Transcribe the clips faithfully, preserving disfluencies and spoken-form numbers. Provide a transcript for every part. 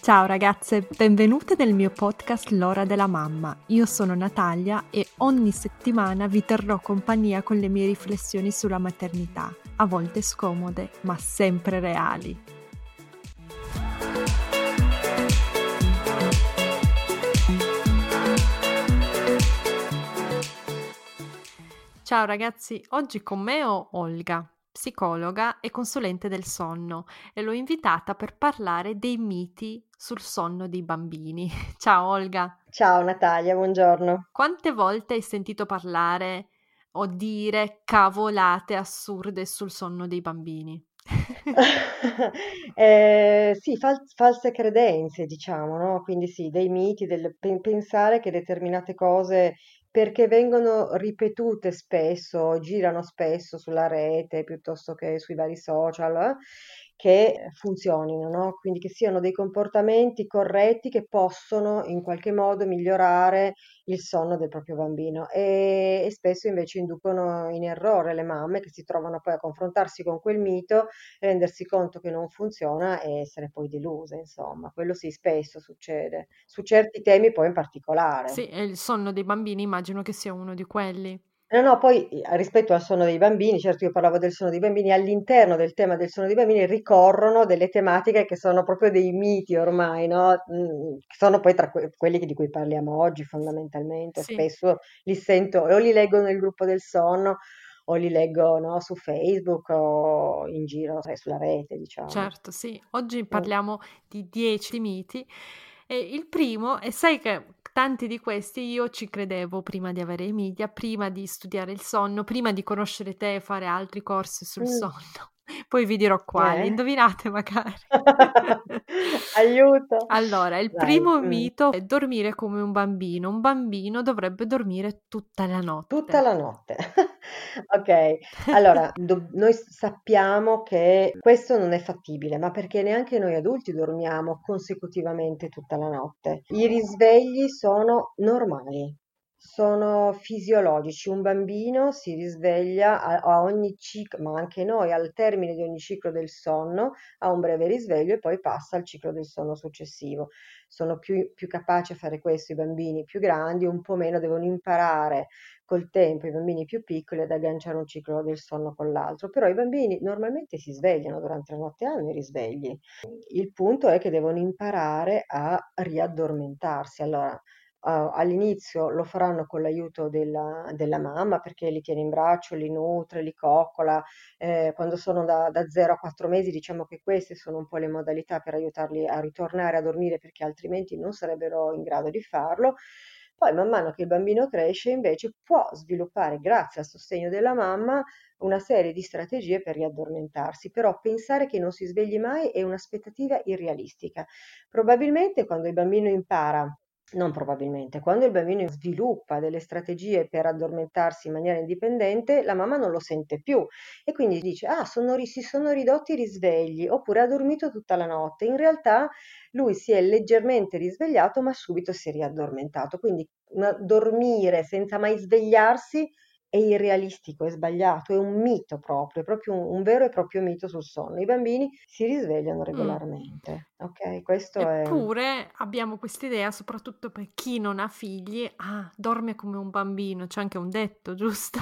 Ciao ragazze, benvenute nel mio podcast L'ora della mamma. Io sono Natalia e ogni settimana vi terrò compagnia con le mie riflessioni sulla maternità, a volte scomode, ma sempre reali. Ciao ragazzi, oggi con me ho Olga, psicologa e consulente del sonno, e l'ho invitata per parlare dei miti sul sonno dei bambini. Ciao Olga, Ciao Natalia, buongiorno. quante volte hai sentito parlare o dire cavolate assurde sul sonno dei bambini? Eh, sì, fal- false credenze, diciamo, no? Quindi sì, dei miti, del pen- pensare che determinate cose, perché vengono ripetute spesso, girano spesso sulla rete piuttosto che sui vari social, eh, che funzionino, no? Quindi che siano dei comportamenti corretti che possono in qualche modo migliorare il sonno del proprio bambino e, e spesso invece inducono in errore le mamme che si trovano poi a confrontarsi con quel mito, rendersi conto che non funziona e essere poi deluse, insomma, quello sì, spesso succede, su certi temi poi in particolare. Sì, e il sonno dei bambini immagino che sia uno di quelli. No, no, poi eh, rispetto al sonno dei bambini, certo io parlavo del sonno dei bambini, all'interno del tema del sonno dei bambini ricorrono delle tematiche che sono proprio dei miti ormai, no? Mm, che sono poi tra que- quelli di cui parliamo oggi fondamentalmente, Sì. spesso li sento o li leggo nel gruppo del sonno o li leggo, no, su Facebook o in giro, sai, sulla rete, diciamo. Certo, sì. Oggi Mm. parliamo di dieci miti e il primo, e sai che tanti di questi io ci credevo prima di avere i media, prima di studiare il sonno, prima di conoscere te e fare altri corsi sul Mm. sonno. Poi vi dirò quali, Eh? indovinate magari. Aiuto! Allora, il Vai. primo Mm. mito è dormire come un bambino. Un bambino dovrebbe dormire tutta la Tutta notte. la notte. Okay, allora do noi s sappiamo che questo non è fattibile, ma perché neanche noi adulti dormiamo consecutivamente tutta la notte. I risvegli sono normali, sono fisiologici. Un bambino si risveglia a a ogni cic ma anche noi, al termine di ogni ciclo del sonno, ha un breve risveglio e poi passa al ciclo del sonno successivo. Sono più più capaci a fare questo i bambini più grandi, un po' meno devono imparare col tempo, i bambini più piccoli, ad agganciare un ciclo del sonno con l'altro, però i bambini normalmente si svegliano durante la notte, hanno i risvegli. Il punto è che devono imparare a riaddormentarsi. Allora, uh, all'inizio lo faranno con l'aiuto della, della mamma perché li tiene in braccio, li nutre, li coccola. Eh, quando sono da, da zero a quattro mesi, diciamo che queste sono un po' le modalità per aiutarli a ritornare a dormire perché altrimenti non sarebbero in grado di farlo. Poi, man mano che il bambino cresce, invece, può sviluppare, grazie al sostegno della mamma, una serie di strategie per riaddormentarsi, però pensare che non si svegli mai è un'aspettativa irrealistica. Probabilmente quando il bambino impara, non probabilmente, quando il bambino sviluppa delle strategie per addormentarsi in maniera indipendente, la mamma non lo sente più e quindi dice: Ah, sono ri- si sono ridotti i risvegli, oppure ha dormito tutta la notte. In realtà lui si è leggermente risvegliato, ma subito si è riaddormentato. Quindi una- dormire senza mai svegliarsi è irrealistico, è sbagliato, è un mito proprio, è proprio un, un vero e proprio mito sul sonno. I bambini si risvegliano Mm. regolarmente, ok? Questo è... Eppure abbiamo quest'idea, soprattutto per chi non ha figli, ah, dorme come un bambino, c'è anche un detto, giusto?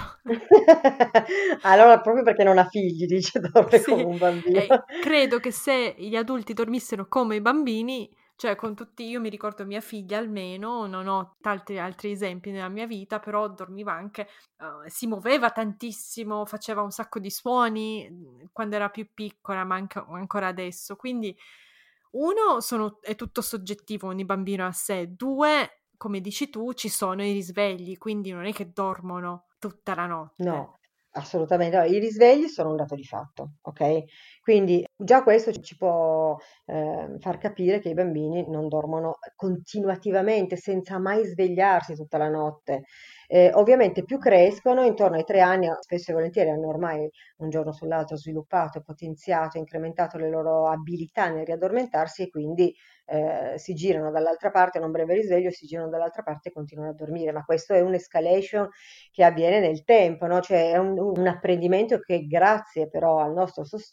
Allora, proprio perché non ha figli, dice, dorme come Sì, un bambino. e credo che se gli adulti dormissero come i bambini, cioè con tutti, io mi ricordo mia figlia almeno, non ho tanti altri esempi nella mia vita, però dormiva anche, eh, si muoveva tantissimo, faceva un sacco di suoni mm, quando era più piccola, ma anche, ancora adesso. Quindi, uno, sono, è tutto soggettivo, ogni bambino a sé. Due, come dici tu, ci sono i risvegli, quindi non è che dormono tutta la notte. No, assolutamente no. I risvegli sono un dato di fatto, ok? Quindi già questo ci può eh, far capire che i bambini non dormono continuativamente, senza mai svegliarsi tutta la notte. Eh, ovviamente più crescono, intorno ai tre anni, spesso e volentieri hanno ormai un giorno sull'altro sviluppato, potenziato, incrementato le loro abilità nel riaddormentarsi e quindi eh, si girano dall'altra parte, hanno un breve risveglio, si girano dall'altra parte e continuano a dormire. Ma questo è un'escalation che avviene nel tempo, no? Cioè è un, un apprendimento che grazie però al nostro sostegno i bambini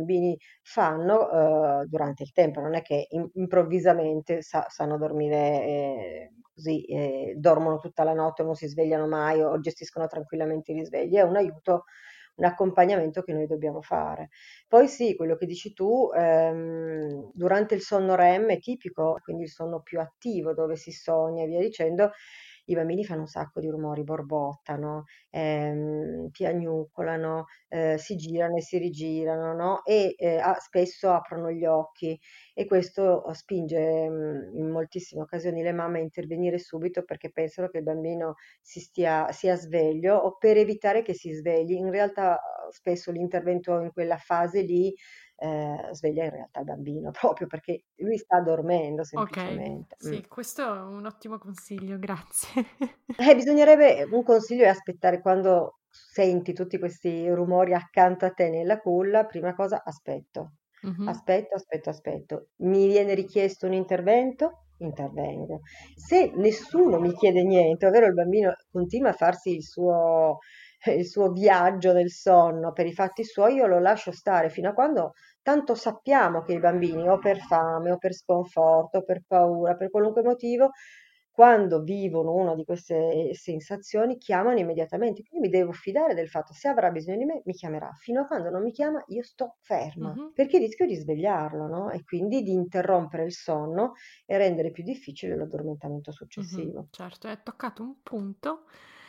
bambini fanno eh, durante il tempo, non è che im- improvvisamente sa- sanno dormire eh, così, eh, dormono tutta la notte, non si svegliano mai o gestiscono tranquillamente i risvegli, è un aiuto, un accompagnamento che noi dobbiamo fare. Poi sì, quello che dici tu, ehm, durante il sonno REM è tipico, quindi il sonno più attivo dove si sogna e via dicendo, i bambini fanno un sacco di rumori, borbottano, ehm, piagnucolano, eh, si girano e si rigirano, no? E eh, ah, spesso aprono gli occhi e questo eh, spinge mm, in moltissime occasioni le mamme a intervenire subito perché pensano che il bambino si stia, sia sveglio o per evitare che si svegli. In realtà spesso l'intervento in quella fase lì eh, sveglia in realtà il bambino, proprio perché lui sta dormendo Ok, semplicemente. Mm. sì, questo è un ottimo consiglio, grazie. Eh, bisognerebbe, un consiglio è aspettare quando senti tutti questi rumori accanto a te nella culla, prima cosa aspetto, Mhm. aspetto, aspetto, aspetto. Mi viene richiesto un intervento? Intervengo. Se nessuno mi chiede niente, ovvero il bambino continua a farsi il suo, il suo viaggio nel sonno per i fatti suoi, io lo lascio stare fino a quando tanto sappiamo che i bambini, o per fame, o per sconforto, o per paura, per qualunque motivo, quando vivono una di queste sensazioni, chiamano immediatamente. Quindi mi devo fidare del fatto, se avrà bisogno di me, mi chiamerà. Fino a quando non mi chiama, io sto ferma, Mhm. perché rischio di svegliarlo, no? E quindi di interrompere il sonno e rendere più difficile l'addormentamento Mhm, successivo. certo, hai toccato un punto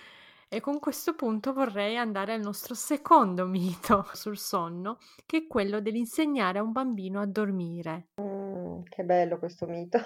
e con questo punto vorrei andare al nostro secondo mito sul sonno, che è quello dell'insegnare a un bambino a dormire. Mm, che bello questo mito.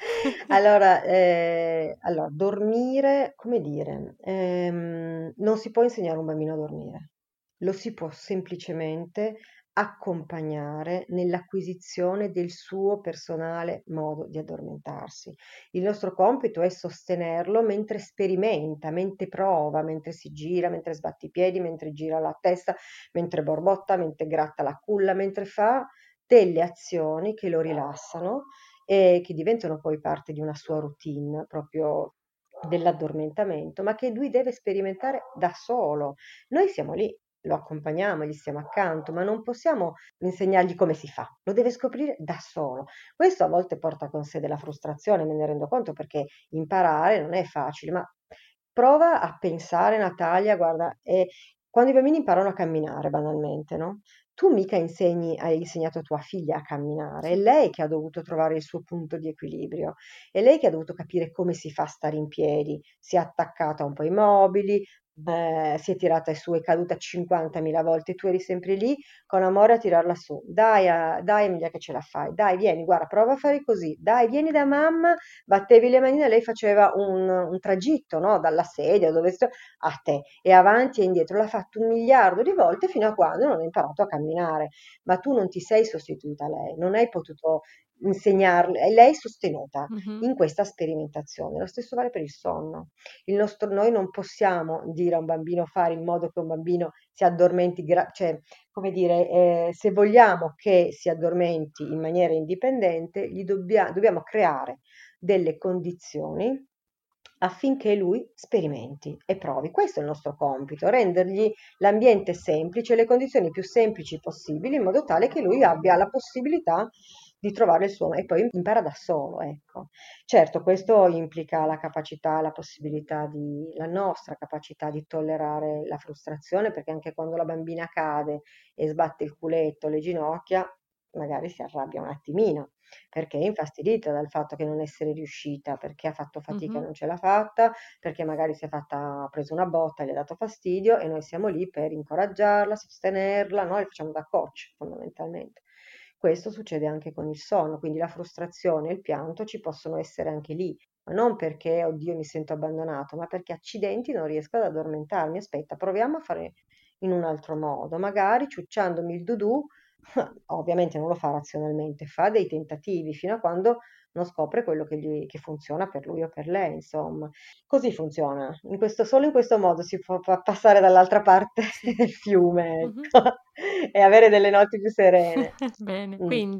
Allora, eh, allora, dormire, come dire, ehm, non si può insegnare a un bambino a dormire, lo si può semplicemente accompagnare nell'acquisizione del suo personale modo di addormentarsi. Il nostro compito è sostenerlo mentre sperimenta, mentre prova, mentre si gira, mentre sbatte i piedi, mentre gira la testa, mentre borbotta, mentre gratta la culla, mentre fa delle azioni che lo rilassano e che diventano poi parte di una sua routine proprio dell'addormentamento, ma che lui deve sperimentare da solo. Noi siamo lì, lo accompagniamo, gli stiamo accanto, ma non possiamo insegnargli come si fa, lo deve scoprire da solo. Questo a volte porta con sé della frustrazione, me ne rendo conto, perché imparare non è facile, ma prova a pensare, Natalia, guarda, eh, quando i bambini imparano a camminare, banalmente, no? Tu mica insegni, hai insegnato a tua figlia a camminare, è Sì. lei che ha dovuto trovare il suo punto di equilibrio, è lei che ha dovuto capire come si fa a stare in piedi, si è attaccata un po' ai mobili, eh, si è tirata su, è caduta cinquantamila volte, tu eri sempre lì con amore a tirarla su. Dai, a- dai Emilia che ce la fai, dai, vieni, guarda, prova a fare così, dai, vieni da mamma, battevi le manine, lei faceva un, un tragitto, no? Dalla sedia dove sto, a te, e avanti e indietro, l'ha fatto un miliardo di volte fino a quando non ha imparato a camminare, ma tu non ti sei sostituita a lei, non hai potuto insegnarle, e lei sostenuta Mhm, in questa sperimentazione. Lo stesso vale per il sonno. Il nostro, noi non possiamo dire a un bambino fare in modo che un bambino si addormenti, gra- cioè, come dire, eh, se vogliamo che si addormenti in maniera indipendente, gli dobbia- dobbiamo creare delle condizioni affinché lui sperimenti e provi. Questo è il nostro compito, rendergli l'ambiente semplice, le condizioni più semplici possibili, in modo tale che lui abbia la possibilità di trovare il suo e poi impara da solo, ecco. Certo, questo implica la capacità, la possibilità di, la nostra capacità di tollerare la frustrazione, perché anche quando la bambina cade e sbatte il culetto, le ginocchia, magari si arrabbia un attimino, perché è infastidita dal fatto che non essere riuscita, perché ha fatto fatica e mhm, non ce l'ha fatta, perché magari si è fatta, ha preso una botta e gli ha dato fastidio e noi siamo lì per incoraggiarla, sostenerla, noi le facciamo da coach fondamentalmente. Questo succede anche con il sonno, quindi la frustrazione e il pianto ci possono essere anche lì, ma non perché, oddio, mi sento abbandonato, ma perché accidenti non riesco ad addormentarmi. Aspetta, proviamo a fare in un altro modo, magari ciucciandomi il dudù. Ovviamente non lo fa razionalmente, fa dei tentativi fino a quando non scopre quello che, gli, che funziona per lui o per lei, insomma. Così funziona. In questo, solo in questo modo si può pa- passare dall'altra parte sì. del fiume, Mhm. ecco, e avere delle notti più serene. Bene, Mm. quindi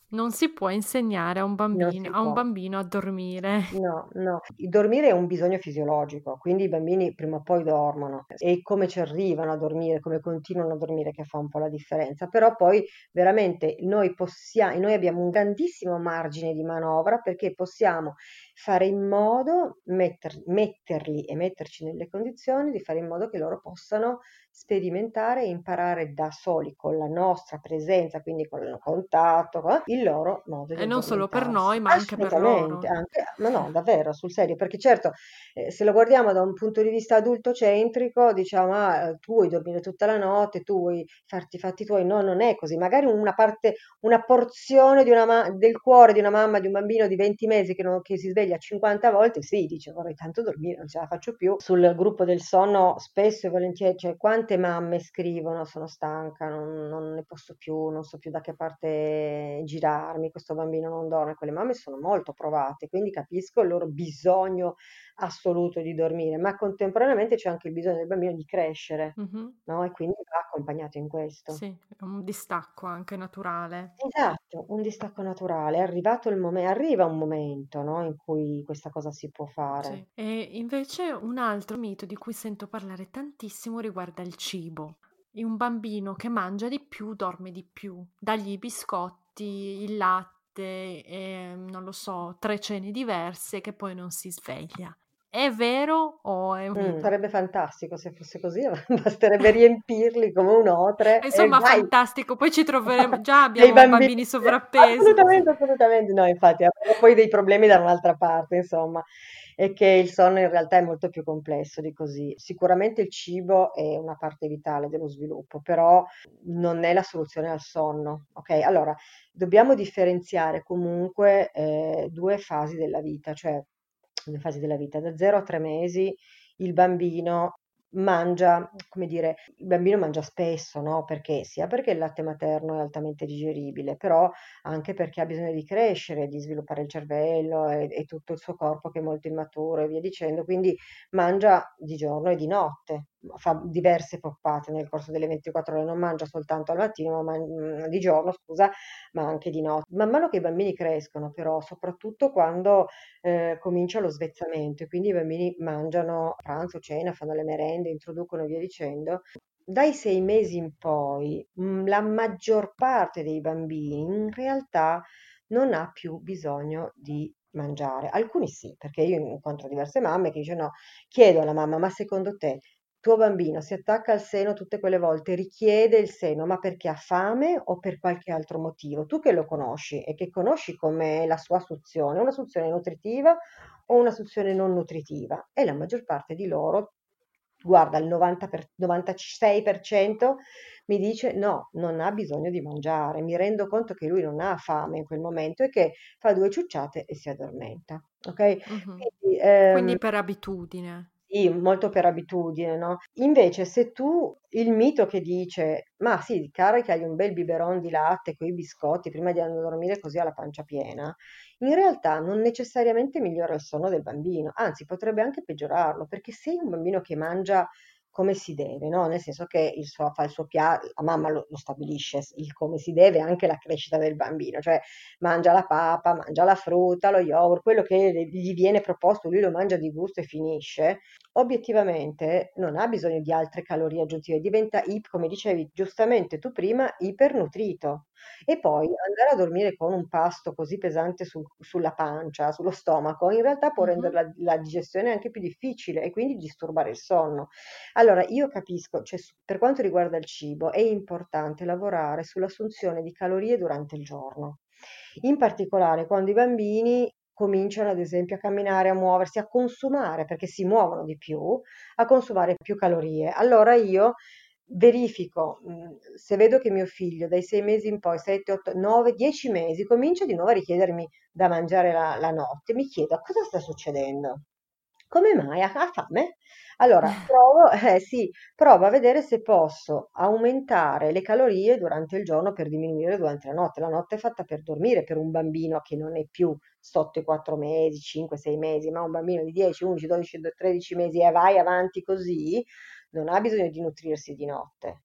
Non si può insegnare a un Non bambino, si a un può. bambino a dormire. No, no, il dormire è un bisogno fisiologico, quindi i bambini prima o poi dormono e come ci arrivano a dormire, come continuano a dormire che fa un po' la differenza, però poi veramente noi possiamo, noi abbiamo un grandissimo margine di manovra perché possiamo fare in modo, metter- metterli e metterci nelle condizioni di fare in modo che loro possano sperimentare e imparare da soli con la nostra presenza, quindi con il contatto, con- il loro modo di E non solo per addormentarsi. noi, ma anche per Assolutamente, loro. anche, ma no, davvero, sul serio, perché certo, eh, se lo guardiamo da un punto di vista adultocentrico, diciamo, ah, eh, tu vuoi dormire tutta la notte, tu vuoi farti i fatti tuoi, no, non è così. Magari una parte, una porzione di una ma- del cuore di una mamma di un bambino di venti mesi che, non- che si sveglia cinquanta volte, sì, dice vorrei tanto dormire, non ce la faccio più. Sul gruppo del sonno spesso e volentieri, cioè quante mamme scrivono sono stanca, non, non ne posso più, non so più da che parte girarmi, questo bambino non dorme. Quelle mamme sono molto provate, quindi capisco il loro bisogno assoluto di dormire, ma contemporaneamente c'è anche il bisogno del bambino di crescere, Mhm. no? E quindi va accompagnato in questo. Sì, è un distacco anche naturale. Esatto, un distacco naturale. È arrivato il momen arriva un momento, no, in cui questa cosa si può Sì. fare. E invece un altro mito di cui sento parlare tantissimo riguarda il cibo. E un bambino che mangia di più dorme di più. Dagli i biscotti, il latte, e, non lo so, tre cene diverse che poi non si sveglia. È vero o è un Mh, mito? sarebbe fantastico se fosse così, basterebbe riempirli come un otre e Insomma, vai! fantastico. Poi ci troveremo. Già Dei abbiamo bambini bambini sovrappeso. assolutamente, assolutamente. No, infatti avremo poi dei problemi da un'altra parte, insomma. È che il sonno in realtà è molto più complesso di così. Sicuramente il cibo è una parte vitale dello sviluppo, però non è la soluzione al sonno, okay? Allora, dobbiamo differenziare comunque, ehm, due fasi della vita, cioè le fasi della vita. Da zero a tre mesi il bambino mangia, come dire, il bambino mangia spesso, no? Perché? Sia perché il latte materno è altamente digeribile, però anche perché ha bisogno di crescere, di sviluppare il cervello e, e tutto il suo corpo che è molto immaturo e via dicendo, quindi mangia di giorno e di notte, fa diverse poppate nel corso delle ventiquattro ore, non mangia soltanto al mattino, ma man- di giorno, scusa, ma anche di notte. Man mano che i bambini crescono, però, soprattutto quando eh, comincia lo svezzamento e quindi i bambini mangiano pranzo, cena, fanno le merende, introducono e via dicendo. Dai sei mesi in poi, mh, la maggior parte dei bambini in realtà non ha più bisogno di mangiare. Alcuni sì, perché io incontro diverse mamme che dicono, no, chiedo alla mamma, ma secondo te tuo bambino si attacca al seno tutte quelle volte, richiede il seno, ma perché ha fame o per qualche altro motivo? Tu che lo conosci e che conosci com'è la sua suzione, una suzione nutritiva o una suzione non nutritiva? E la maggior parte di loro, guarda, il novanta per, novantasei per cento mi dice no, non ha bisogno di mangiare, mi rendo conto che lui non ha fame in quel momento e che fa due ciucciate e si addormenta. Ok? Mhm. Quindi, ehm, Quindi per abitudine. sì, molto per abitudine, no? Invece, se tu il mito che dice, ma sì, caricagli un bel biberon di latte con i biscotti prima di andare a dormire così ha la pancia piena, in realtà non necessariamente migliora il sonno del bambino, anzi potrebbe anche peggiorarlo, perché se hai un bambino che mangia come si deve, no? Nel senso che il suo, fa il suo piatto, la mamma lo, lo stabilisce, il come si deve anche la crescita del bambino, cioè mangia la papa, mangia la frutta, lo yogurt, quello che gli viene proposto, lui lo mangia di gusto e finisce. Obiettivamente non ha bisogno di altre calorie aggiuntive, diventa, ip- come dicevi giustamente tu prima, ipernutrito. E poi andare a dormire con un pasto così pesante sul- sulla pancia, sullo stomaco, in realtà può rendere Mhm. la, la digestione anche più difficile e quindi disturbare il sonno. Allora, io capisco, cioè, su- per quanto riguarda il cibo, è importante lavorare sull'assunzione di calorie durante il giorno. In particolare quando i bambini cominciano ad esempio a camminare, a muoversi, a consumare, perché si muovono di più, a consumare più calorie. Allora io verifico, mh, se vedo che mio figlio dai sei mesi in poi, sette, otto, nove, dieci mesi, comincia di nuovo a richiedermi da mangiare la, la notte, mi chiedo cosa sta succedendo? Come mai? Ha, ha fame? Allora, provo, eh sì, provo a vedere se posso aumentare le calorie durante il giorno per diminuire durante la notte. La notte è fatta per dormire per un bambino che non è più sotto i quattro mesi, cinque, sei mesi, ma un bambino di dieci, undici, dodici, tredici mesi e vai avanti così, non ha bisogno di nutrirsi di notte.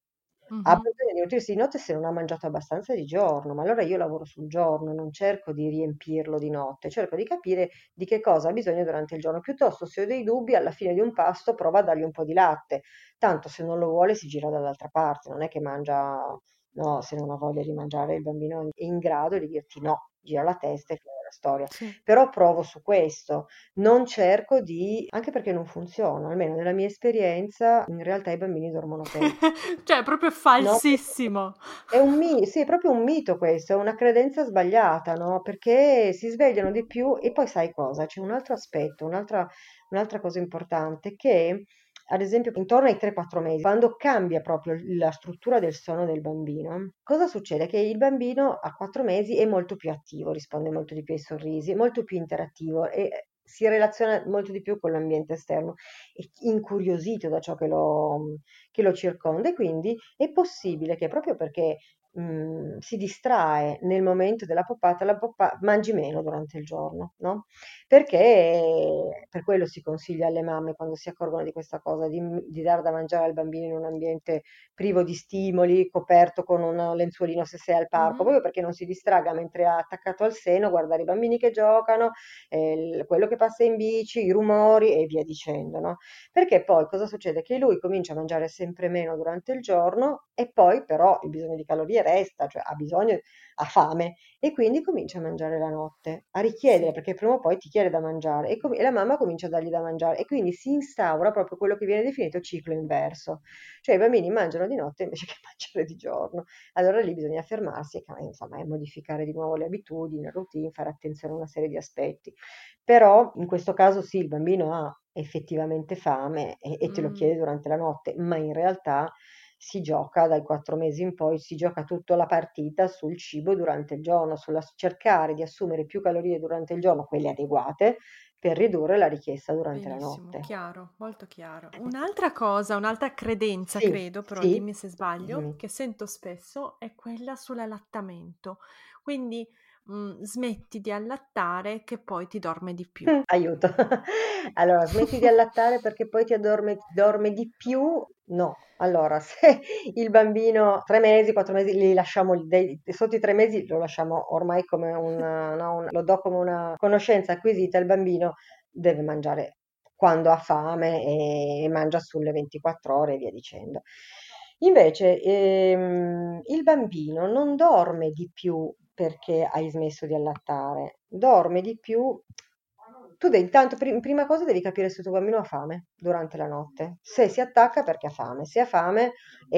Ha Mhm. bisogno di nutrirsi di notte se non ha mangiato abbastanza di giorno, ma allora io lavoro sul giorno, non cerco di riempirlo di notte, cerco di capire di che cosa ha bisogno durante il giorno. Piuttosto, se ho dei dubbi, alla fine di un pasto prova a dargli un po' di latte, tanto se non lo vuole si gira dall'altra parte, non è che mangia, no, se non ha voglia di mangiare il bambino è in grado di dirti no, gira la testa e fine della storia. Sì. Però provo su questo, non cerco di, anche perché non funziona, almeno nella mia esperienza, in realtà i bambini dormono peggio. Cioè, è proprio No, falsissimo. è un mi sì, è proprio un mito questo, è una credenza sbagliata, no, perché si svegliano di più e poi sai cosa? C'è un altro aspetto, un'altra un'altra cosa importante che, ad esempio, intorno ai tre quattro mesi, quando cambia proprio l la struttura del sonno del bambino, cosa succede? Che il bambino a quattro mesi è molto più attivo, risponde molto di più ai sorrisi, è molto più interattivo e si relaziona molto di più con l'ambiente esterno, è incuriosito da ciò che lo che lo circonda e quindi è possibile che proprio perché mh, si distrae nel momento della poppata, la poppa mangi meno durante il giorno, no? Perché per quello si consiglia alle mamme quando si accorgono di questa cosa di, di dare da mangiare al bambino in un ambiente privo di stimoli, coperto con un lenzuolino se sei al parco, Mhm. proprio perché non si distraga mentre è attaccato al seno, guardare i bambini che giocano, eh, il- quello che passa in bici, i rumori e via dicendo, no? Perché poi cosa succede? Che lui comincia a mangiare sempre meno durante il giorno e poi però il bisogno di calorie resta, cioè ha bisogno, ha fame e quindi comincia a mangiare la notte, a richiedere Sì, perché prima o poi ti chiede da mangiare e, com- e la mamma comincia a dargli da mangiare e quindi si instaura proprio quello che viene definito ciclo inverso, cioè i bambini mangiano di notte invece che mangiare di giorno. Allora lì bisogna fermarsi e ca- insomma e modificare di nuovo le abitudini, la routine, fare attenzione a una serie di aspetti. Però in questo caso sì, il bambino ha effettivamente fame e, e te lo mm, chiede durante la notte, ma in realtà si gioca dai quattro mesi in poi, si gioca tutta la partita sul cibo durante il giorno, sulla cercare di assumere più calorie durante il giorno, quelle adeguate, per ridurre la richiesta durante la benissimo, notte. chiaro, molto chiaro. Un'altra cosa, un'altra credenza, Sì, credo, però sì, dimmi se sbaglio, dimmi. che sento spesso è quella sull'allattamento. Quindi mm, smetti di allattare che poi ti dorme di più. Mh, aiuto. Allora, smetti di allattare perché poi ti addorme dorme di più? No. Allora, se il bambino tre mesi, quattro mesi li lasciamo lì dei sotto i tre mesi lo lasciamo ormai come un no, un lo do come una conoscenza acquisita, il bambino deve mangiare quando ha fame e mangia sulle ventiquattro ore e via dicendo. Invece, ehm, il bambino non dorme di più perché hai smesso di allattare, dorme di più. Tu devi, intanto, prim- prima cosa devi capire se il tuo bambino ha fame durante la notte. Se si attacca perché ha fame, se ha fame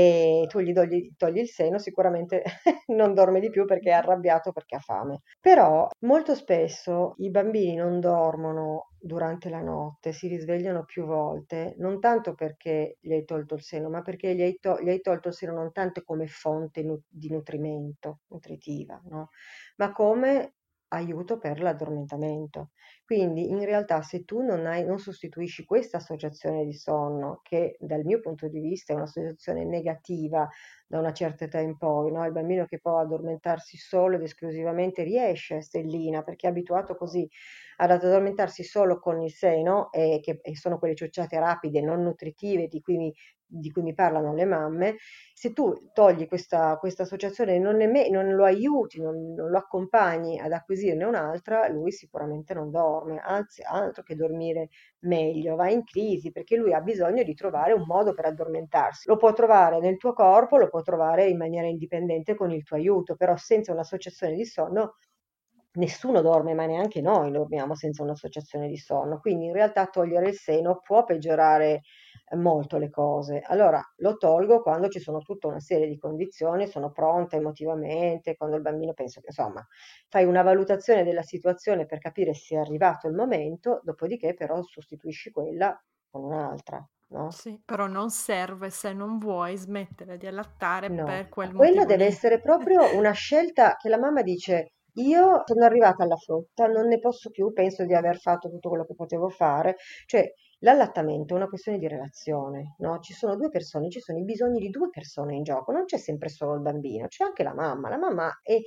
e tu gli togli, togli il seno, sicuramente non dorme di più perché è arrabbiato perché ha fame. Però molto spesso i bambini non dormono durante la notte, si risvegliano più volte, non tanto perché gli hai tolto il seno, ma perché gli hai, to- gli hai tolto il seno non tanto come fonte nu- di nutrimento, nutritiva, no? Ma come aiuto per l'addormentamento. Quindi in realtà se tu non hai, non sostituisci questa associazione di sonno, che dal mio punto di vista è un'associazione negativa da una certa età in poi, no? Il bambino che può addormentarsi solo ed esclusivamente riesce, stellina, perché è abituato così ad addormentarsi solo con il seno, e che e sono quelle ciucciate rapide, non nutritive, di cui mi, di cui mi parlano le mamme. Se tu togli questa, questa associazione e non, ne me- non lo aiuti, non, non lo accompagni ad acquisirne un'altra, lui sicuramente non dorme, anzi, altro che dormire meglio, va in crisi perché lui ha bisogno di trovare un modo per addormentarsi. Lo può trovare nel tuo corpo, lo può trovare in maniera indipendente con il tuo aiuto, però senza un'associazione di sonno nessuno dorme, ma neanche noi dormiamo senza un'associazione di sonno. Quindi in realtà togliere il seno può peggiorare eh, molto le cose. Allora lo tolgo quando ci sono tutta una serie di condizioni, sono pronta emotivamente, quando il bambino penso che insomma fai una valutazione della situazione per capire se è arrivato il momento, dopodiché però sostituisci quella con un'altra, no? Sì, però non serve se non vuoi smettere di allattare No, per quel quella motivo deve lì. essere proprio una scelta che la mamma dice: io sono arrivata alla frutta, non ne posso più, penso di aver fatto tutto quello che potevo fare. Cioè, l'allattamento è una questione di relazione, no? Ci sono due persone, ci sono i bisogni di due persone in gioco, non c'è sempre solo il bambino, c'è anche la mamma. La mamma è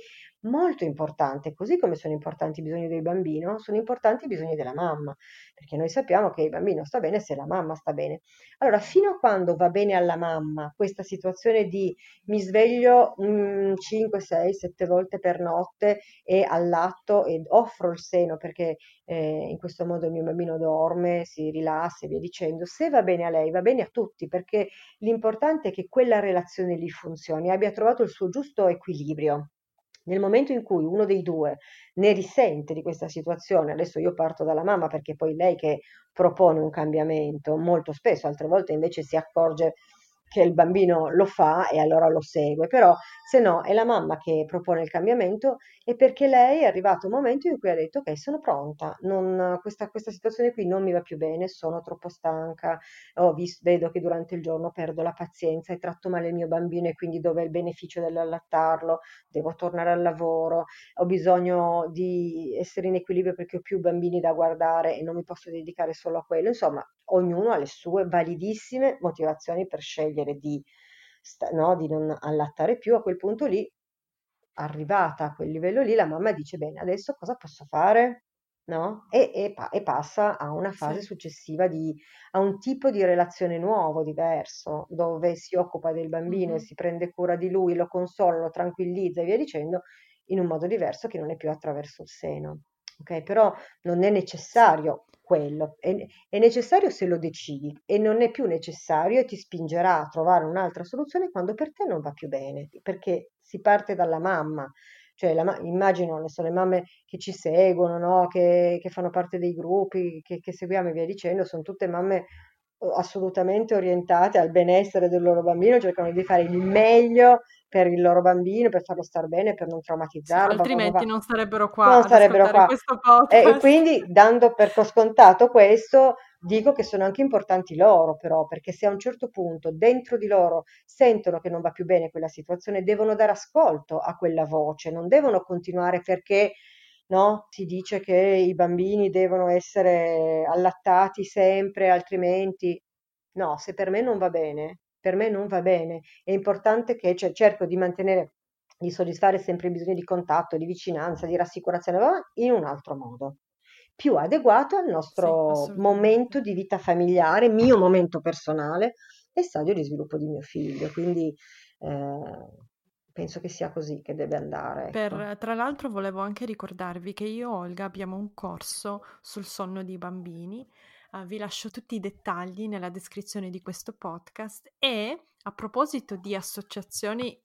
molto importante, così come sono importanti i bisogni del bambino, sono importanti i bisogni della mamma, perché noi sappiamo che il bambino sta bene se la mamma sta bene. Allora, fino a quando va bene alla mamma questa situazione di mi sveglio mm, cinque, sei, sette volte per notte e allatto e offro il seno perché eh, in questo modo il mio bambino dorme, si rilassa e via dicendo, se va bene a lei, va bene a tutti, perché l'importante è che quella relazione lì funzioni, abbia trovato il suo giusto equilibrio. Nel momento in cui uno dei due ne risente di questa situazione, adesso io parto dalla mamma perché poi lei che propone un cambiamento molto spesso, altre volte invece si accorge che il bambino lo fa e allora lo segue, però se no è la mamma che propone il cambiamento e perché lei è arrivato un momento in cui ha detto ok, sono pronta, non- questa, questa situazione qui non mi va più bene, sono troppo stanca, ho vis- vedo che durante il giorno perdo la pazienza e tratto male il mio bambino e quindi dov'è il beneficio dell'allattarlo? Devo tornare al lavoro, ho bisogno di essere in equilibrio perché ho più bambini da guardare e non mi posso dedicare solo a quello. Insomma, ognuno ha le sue validissime motivazioni per scegliere di, sta- no, di non allattare più. A quel punto lì, arrivata a quel livello lì, la mamma dice: Bene, adesso cosa posso fare? No? E, e pa- e passa a una fase Sì. successiva di, a un tipo di relazione nuovo, diverso, dove si occupa del bambino e Mhm. si prende cura di lui, lo consola, lo tranquillizza e via dicendo, in un modo diverso che non è più attraverso il seno. Ok? Però non è Sì. necessario quello, è, è necessario se lo decidi e non è più necessario e ti spingerà a trovare un'altra soluzione quando per te non va più bene, perché si parte dalla mamma. Cioè, la ma- immagino, ne so, le mamme che ci seguono, no? Che, che fanno parte dei gruppi che, che seguiamo e via dicendo, sono tutte mamme eh, assolutamente orientate al benessere del loro bambino, cercano di fare il meglio per il loro bambino, per farlo star bene, per non Sì, traumatizzarlo, va, va, va, altrimenti va. non sarebbero qua Non ad sarebbero ascoltare qua. questo E, e podcast. quindi, dando per scontato questo, dico che sono anche importanti loro, però, perché se a un certo punto dentro di loro sentono che non va più bene quella situazione, devono dare ascolto a quella voce, non devono continuare perché no? Si dice che i bambini devono essere allattati sempre, altrimenti no, se per me non va bene, per me non va bene. È importante che cioè, cerco di mantenere, di soddisfare sempre i bisogni di contatto, di vicinanza, di rassicurazione, ma in un altro modo, più adeguato al Sì, nostro momento assolutamente. di vita familiare, mio momento personale e stadio di sviluppo di mio figlio. Quindi eh, penso che sia così che deve andare, ecco. Per, tra l'altro volevo anche ricordarvi che io e Olga abbiamo un corso sul sonno dei bambini. Eh, vi lascio tutti i dettagli nella descrizione di questo podcast e a proposito di associazioni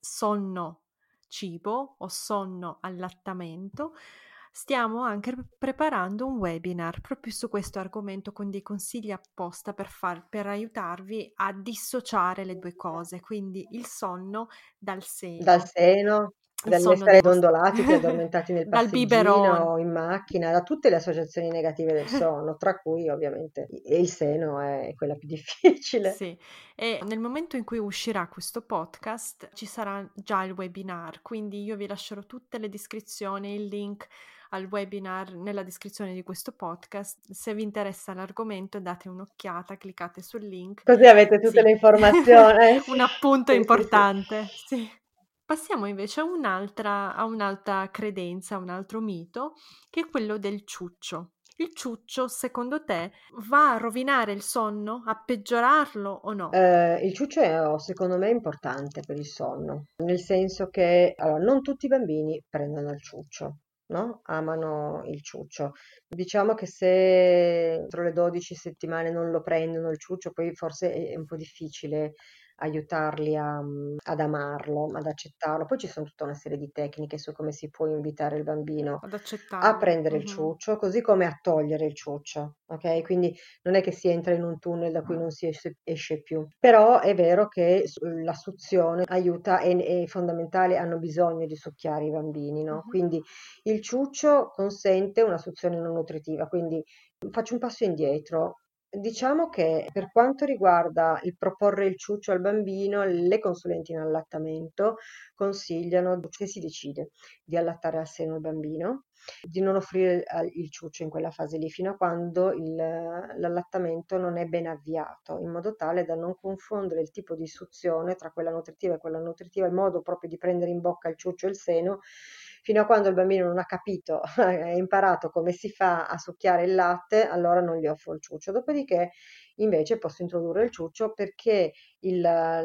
sonno-cibo o sonno-allattamento, stiamo anche pre- preparando un webinar proprio su questo argomento con dei consigli apposta per, far, per aiutarvi a dissociare le due cose, quindi il sonno dal Dal seno, seno, il sonno dall'essere dei vostri dondolati, addormentati nel dal passeggino biberon. o in macchina, da tutte le associazioni negative del sonno, tra cui ovviamente e il seno è quella più difficile. Sì, e nel momento in cui uscirà questo podcast ci sarà già il webinar, quindi io vi lascerò tutte le descrizioni, il link al webinar nella descrizione di questo podcast. Se vi interessa l'argomento date un'occhiata, cliccate sul link. Così avete tutte Sì, le informazioni. Eh, sì, un appunto sì, sì, sì. importante, sì. Passiamo invece a un'altra, a un'altra credenza, a un altro mito, che è quello del ciuccio. Il ciuccio, secondo te, va a rovinare il sonno? A peggiorarlo o no? Eh, il ciuccio è, secondo me, importante per il sonno, nel senso che allora, non tutti i bambini prendono il ciuccio, no? Amano il ciuccio. Diciamo che se entro le dodici settimane non lo prendono il ciuccio, poi forse è, è un po' difficile aiutarli a- ad amarlo, ad accettarlo. Poi ci sono tutta una serie di tecniche su come si può invitare il bambino Ad a accettarlo? prendere il Mhm. ciuccio, così come a togliere il ciuccio, ok? Quindi non è che si entra in un tunnel da cui non si esce, esce più. Però è vero che su- la suzione aiuta e è fondamentale, hanno bisogno di succhiare i bambini, no? Mhm. Quindi il ciuccio consente una suzione non nutritiva, quindi faccio un passo indietro. Diciamo che per quanto riguarda il proporre il ciuccio al bambino, le consulenti in allattamento consigliano, se si decide di allattare al seno il bambino, di non offrire al- il ciuccio in quella fase lì fino a quando il- l'allattamento non è ben avviato, in modo tale da non confondere il tipo di suzione tra quella nutritiva e quella nutritiva, il modo proprio di prendere in bocca il ciuccio e il seno fino a quando il bambino non ha capito, ha imparato come si fa a succhiare il latte, allora non gli offro il ciuccio. Dopodiché invece posso introdurre il ciuccio perché il-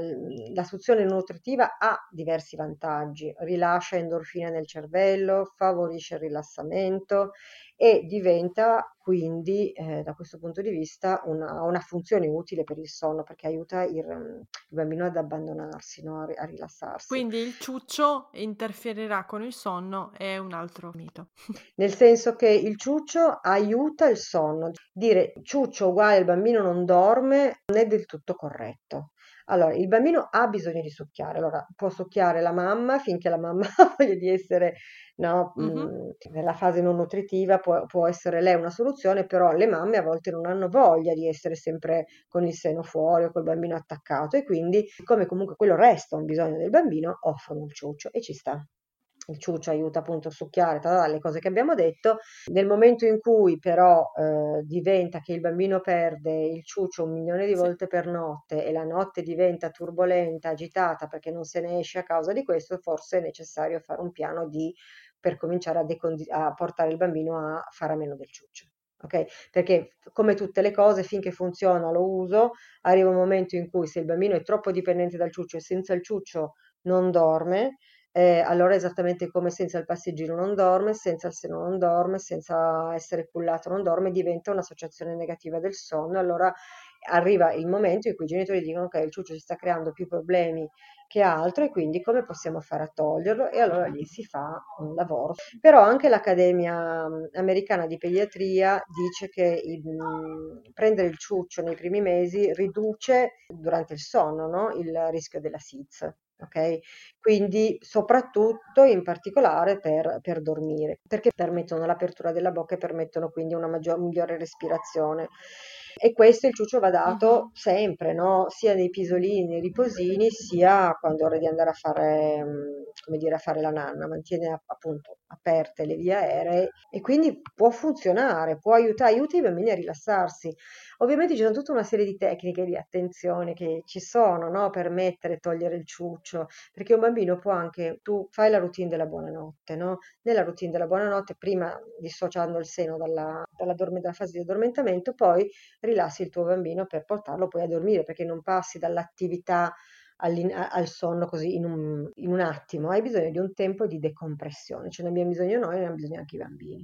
la suzione nutritiva ha diversi vantaggi, rilascia endorfine nel cervello, favorisce il rilassamento e diventa quindi, eh, da questo punto di vista, una, ha una funzione utile per il sonno perché aiuta il, il bambino ad abbandonarsi, no? a, ri- a rilassarsi. Quindi il ciuccio interferirà con il sonno, è un altro mito. Nel senso che il ciuccio aiuta il sonno. Dire ciuccio uguale il bambino non dorme non è del tutto corretto. Allora, il bambino ha bisogno di succhiare, allora può succhiare la mamma finché la mamma ha voglia di essere, no, Mhm. mh, nella fase non nutritiva, può, può essere lei una soluzione, però le mamme a volte non hanno voglia di essere sempre con il seno fuori o col bambino attaccato e quindi, siccome comunque quello resta un bisogno del bambino, offrono il ciuccio e ci sta. Il ciuccio aiuta appunto a succhiare, tra le cose che abbiamo detto. Nel momento in cui però eh, diventa che il bambino perde il ciuccio un milione di Sì. volte per notte e la notte diventa turbolenta, agitata perché non se ne esce a causa di questo, forse è necessario fare un piano di, per cominciare a, decondi- a portare il bambino a fare a meno del ciuccio. Ok? Perché come tutte le cose, finché funziona lo uso, arriva un momento in cui se il bambino è troppo dipendente dal ciuccio e senza il ciuccio non dorme, eh, allora è esattamente come senza il passeggino non dorme, senza il seno non dorme, senza essere cullato non dorme, diventa un'associazione negativa del sonno. Allora arriva il momento in cui i genitori dicono che il ciuccio si sta creando più problemi che altro e quindi come possiamo fare a toglierlo? E allora lì si fa un lavoro. Però anche l'Accademia mh, Americana di Pediatria dice che il, mh, prendere il ciuccio nei primi mesi riduce durante il sonno, no? Il rischio della S I Z. Ok? Quindi soprattutto in particolare per, per dormire, perché permettono l'apertura della bocca e permettono quindi una maggior, migliore respirazione. E questo il ciuccio va dato Mhm. sempre, no? Sia nei pisolini, nei riposini, sia quando è ora di andare a fare, mm, come dire, a fare la nanna, mantiene a- appunto aperte le vie aeree e quindi può funzionare, può aiutare, aiuta i bambini a rilassarsi. Ovviamente ci sono tutta una serie di tecniche di attenzione che ci sono, no? Per mettere e togliere il ciuccio, perché un bambino può anche, tu fai la routine della buonanotte, no? Nella routine della buonanotte, prima dissociando il seno dalla, dalla, dorme- dalla fase di addormentamento, poi rilassi il tuo bambino per portarlo poi a dormire, perché non passi dall'attività all'in- a- al sonno così in un, in un attimo, hai bisogno di un tempo di decompressione, ce ne abbiamo bisogno noi, ne hanno bisogno anche i bambini.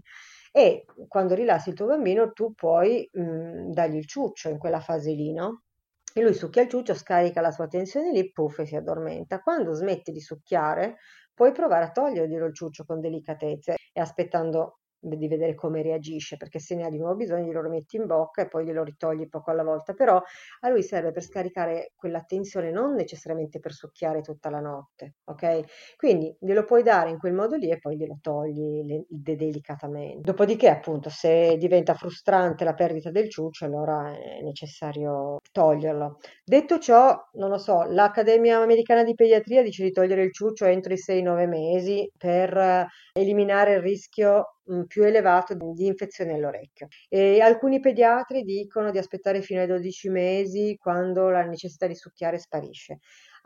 E quando rilassi il tuo bambino, tu puoi mh, dargli il ciuccio in quella fase lì, no? E lui succhia il ciuccio, scarica la sua tensione lì, puff, e si addormenta. Quando smette di succhiare, puoi provare a toglierglielo il ciuccio con delicatezza e aspettando di vedere come reagisce, perché se ne ha di nuovo bisogno glielo rimetti in bocca e poi glielo ritogli poco alla volta, però a lui serve per scaricare quella tensione, non necessariamente per succhiare tutta la notte, ok? Quindi glielo puoi dare in quel modo lì e poi glielo togli le- de- delicatamente. Dopodiché, appunto, se diventa frustrante la perdita del ciuccio, allora è necessario toglierlo. Detto ciò, non lo so, l'Accademia Americana di Pediatria dice di togliere il ciuccio entro i sei nove mesi per eh, eliminare il rischio mh, più elevato di di infezioni all'orecchio. E alcuni pediatri dicono di aspettare fino ai dodici mesi quando la necessità di succhiare sparisce.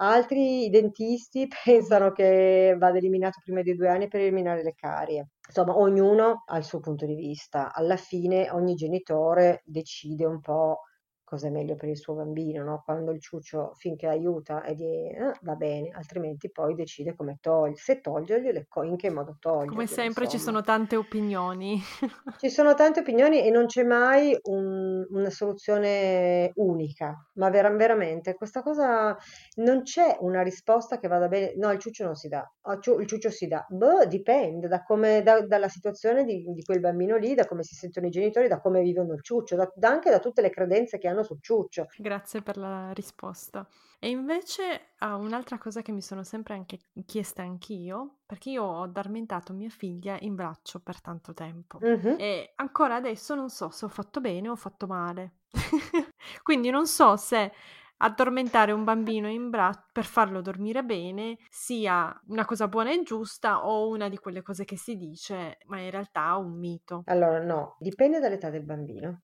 Altri dentisti Mhm. pensano che vada eliminato prima dei due anni per eliminare le carie. Insomma, ognuno ha il suo punto di vista. Alla fine ogni genitore decide un po' cosa è meglio per il suo bambino, no? Quando il ciuccio finché aiuta e di, eh, va bene, altrimenti poi decide come togliere, se toglierglielo e co- in che modo Come toglierglielo, sempre ci insomma. sono tante opinioni. Ci sono tante opinioni e non c'è mai un- una soluzione unica, ma vera- veramente questa cosa non c'è una risposta che vada bene. No, il ciuccio non si dà, oh, ciu- il ciuccio si dà. Boh, dipende da come, da- dalla situazione di, di quel bambino lì, da come si sentono i genitori, da come vivono il ciuccio, da, da- anche da tutte le credenze che hanno sul ciuccio. Grazie per la risposta. E invece ah, un'altra cosa che mi sono sempre anche chiesta anch'io, perché io ho addormentato mia figlia in braccio per tanto tempo Mhm. e ancora adesso non so se ho fatto bene o ho fatto male. Quindi non so se addormentare un bambino in braccio per farlo dormire bene sia una cosa buona e giusta o una di quelle cose che si dice, ma in realtà è un mito. Allora, no, dipende dall'età del bambino.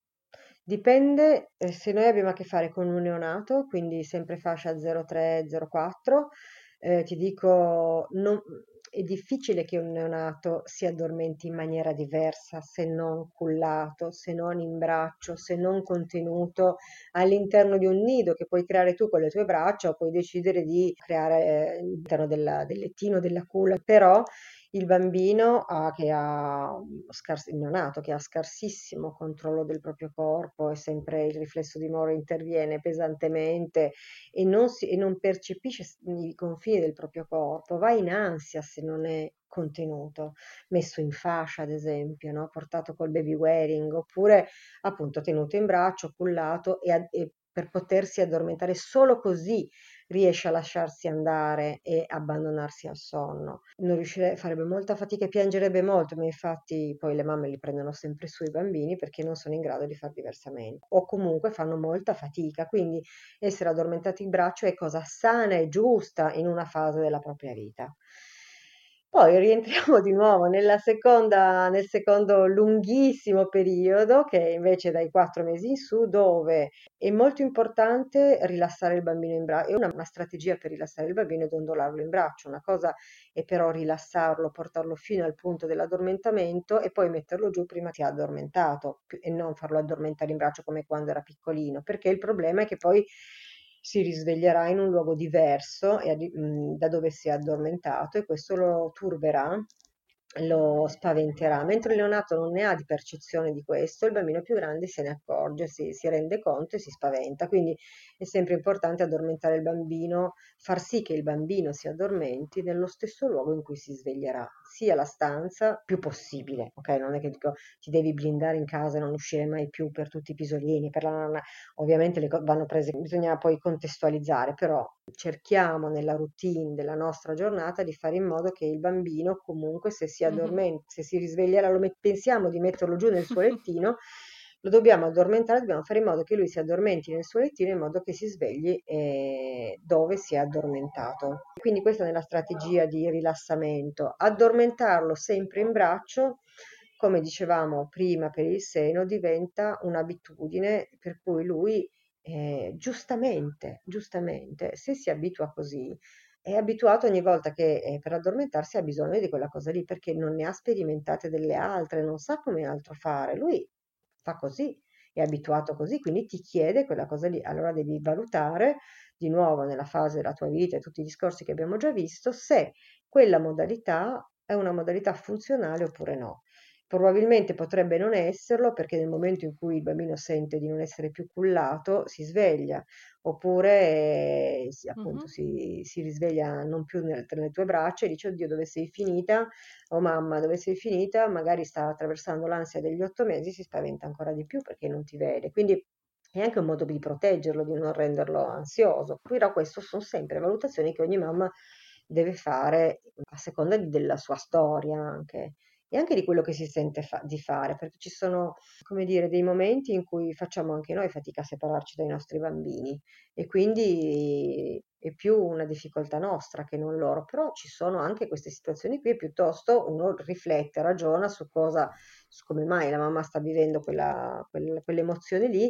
Dipende eh, se noi abbiamo a che fare con un neonato, quindi sempre fascia zero tre zero quattro, eh, ti dico, non- è difficile che un neonato si addormenti in maniera diversa se non cullato, se non in braccio, se non contenuto all'interno di un nido che puoi creare tu con le tue braccia o puoi decidere di creare eh, all'interno della- del lettino, della culla, però il bambino ha, che ha scars- il neonato che ha scarsissimo controllo del proprio corpo e sempre il riflesso di Moro interviene pesantemente e non, si- e non percepisce s- i confini del proprio corpo, va in ansia se non è contenuto, messo in fascia ad esempio, no? Portato col baby wearing oppure appunto tenuto in braccio, cullato e, a- e per potersi addormentare solo così riesce a lasciarsi andare e abbandonarsi al sonno. Non riuscire, farebbe molta fatica e piangerebbe molto, ma infatti poi le mamme li prendono sempre su i bambini perché non sono in grado di far diversamente o comunque fanno molta fatica, quindi essere addormentati in braccio è cosa sana e giusta in una fase della propria vita. Poi rientriamo di nuovo nella seconda, nel secondo lunghissimo periodo, che è invece dai quattro mesi in su, dove è molto importante rilassare il bambino in braccio. È una, una strategia per rilassare il bambino è dondolarlo in braccio. Una cosa è però rilassarlo, portarlo fino al punto dell'addormentamento e poi metterlo giù prima che sia addormentato pi- e non farlo addormentare in braccio come quando era piccolino, perché il problema è che poi si risveglierà in un luogo diverso e addi- mh, da dove si è addormentato e questo lo turberà, lo spaventerà. Mentre il neonato non ne ha di percezione di questo, il bambino più grande se ne accorge, si, si rende conto e si spaventa. Quindi è sempre importante addormentare il bambino, far sì che il bambino si addormenti nello stesso luogo in cui si sveglierà, sia la stanza più possibile, ok? Non è che dico ti devi blindare in casa e non uscire mai più per tutti i pisolini, per la nonna. Ovviamente le cose vanno prese, bisogna poi contestualizzare, però cerchiamo nella routine della nostra giornata di fare in modo che il bambino comunque se si Mhm. addormenta, se si risveglierà, lo met- pensiamo di metterlo giù nel suo lettino, lo dobbiamo addormentare, dobbiamo fare in modo che lui si addormenti nel suo lettino in modo che si svegli eh, dove si è addormentato. Quindi questa è la strategia di rilassamento, addormentarlo sempre in braccio come dicevamo prima per il seno, diventa un'abitudine per cui lui, eh, giustamente, giustamente, se si abitua così, è abituato ogni volta che eh, per addormentarsi ha bisogno di quella cosa lì perché non ne ha sperimentate delle altre, non sa come altro fare. Lui fa così, è abituato così, quindi ti chiede quella cosa lì. Allora devi valutare di nuovo nella fase della tua vita e tutti i discorsi che abbiamo già visto se quella modalità è una modalità funzionale oppure no. Probabilmente potrebbe non esserlo perché nel momento in cui il bambino sente di non essere più cullato si sveglia, oppure eh, si, appunto Mhm. si, si risveglia non più nel- tra le tue braccia e dice oddio dove sei finita? O mamma dove sei finita? Magari sta attraversando l'ansia degli otto mesi, si spaventa ancora di più perché non ti vede. Quindi è anche un modo di proteggerlo, di non renderlo ansioso. Però questo sono sempre valutazioni che ogni mamma deve fare a seconda di- della sua storia anche e anche di quello che si sente fa- di fare, perché ci sono, come dire, dei momenti in cui facciamo anche noi fatica a separarci dai nostri bambini e quindi è più una difficoltà nostra che non loro, però ci sono anche queste situazioni qui e piuttosto uno riflette, ragiona su cosa, su come mai la mamma sta vivendo quella, quella- quell'emozione lì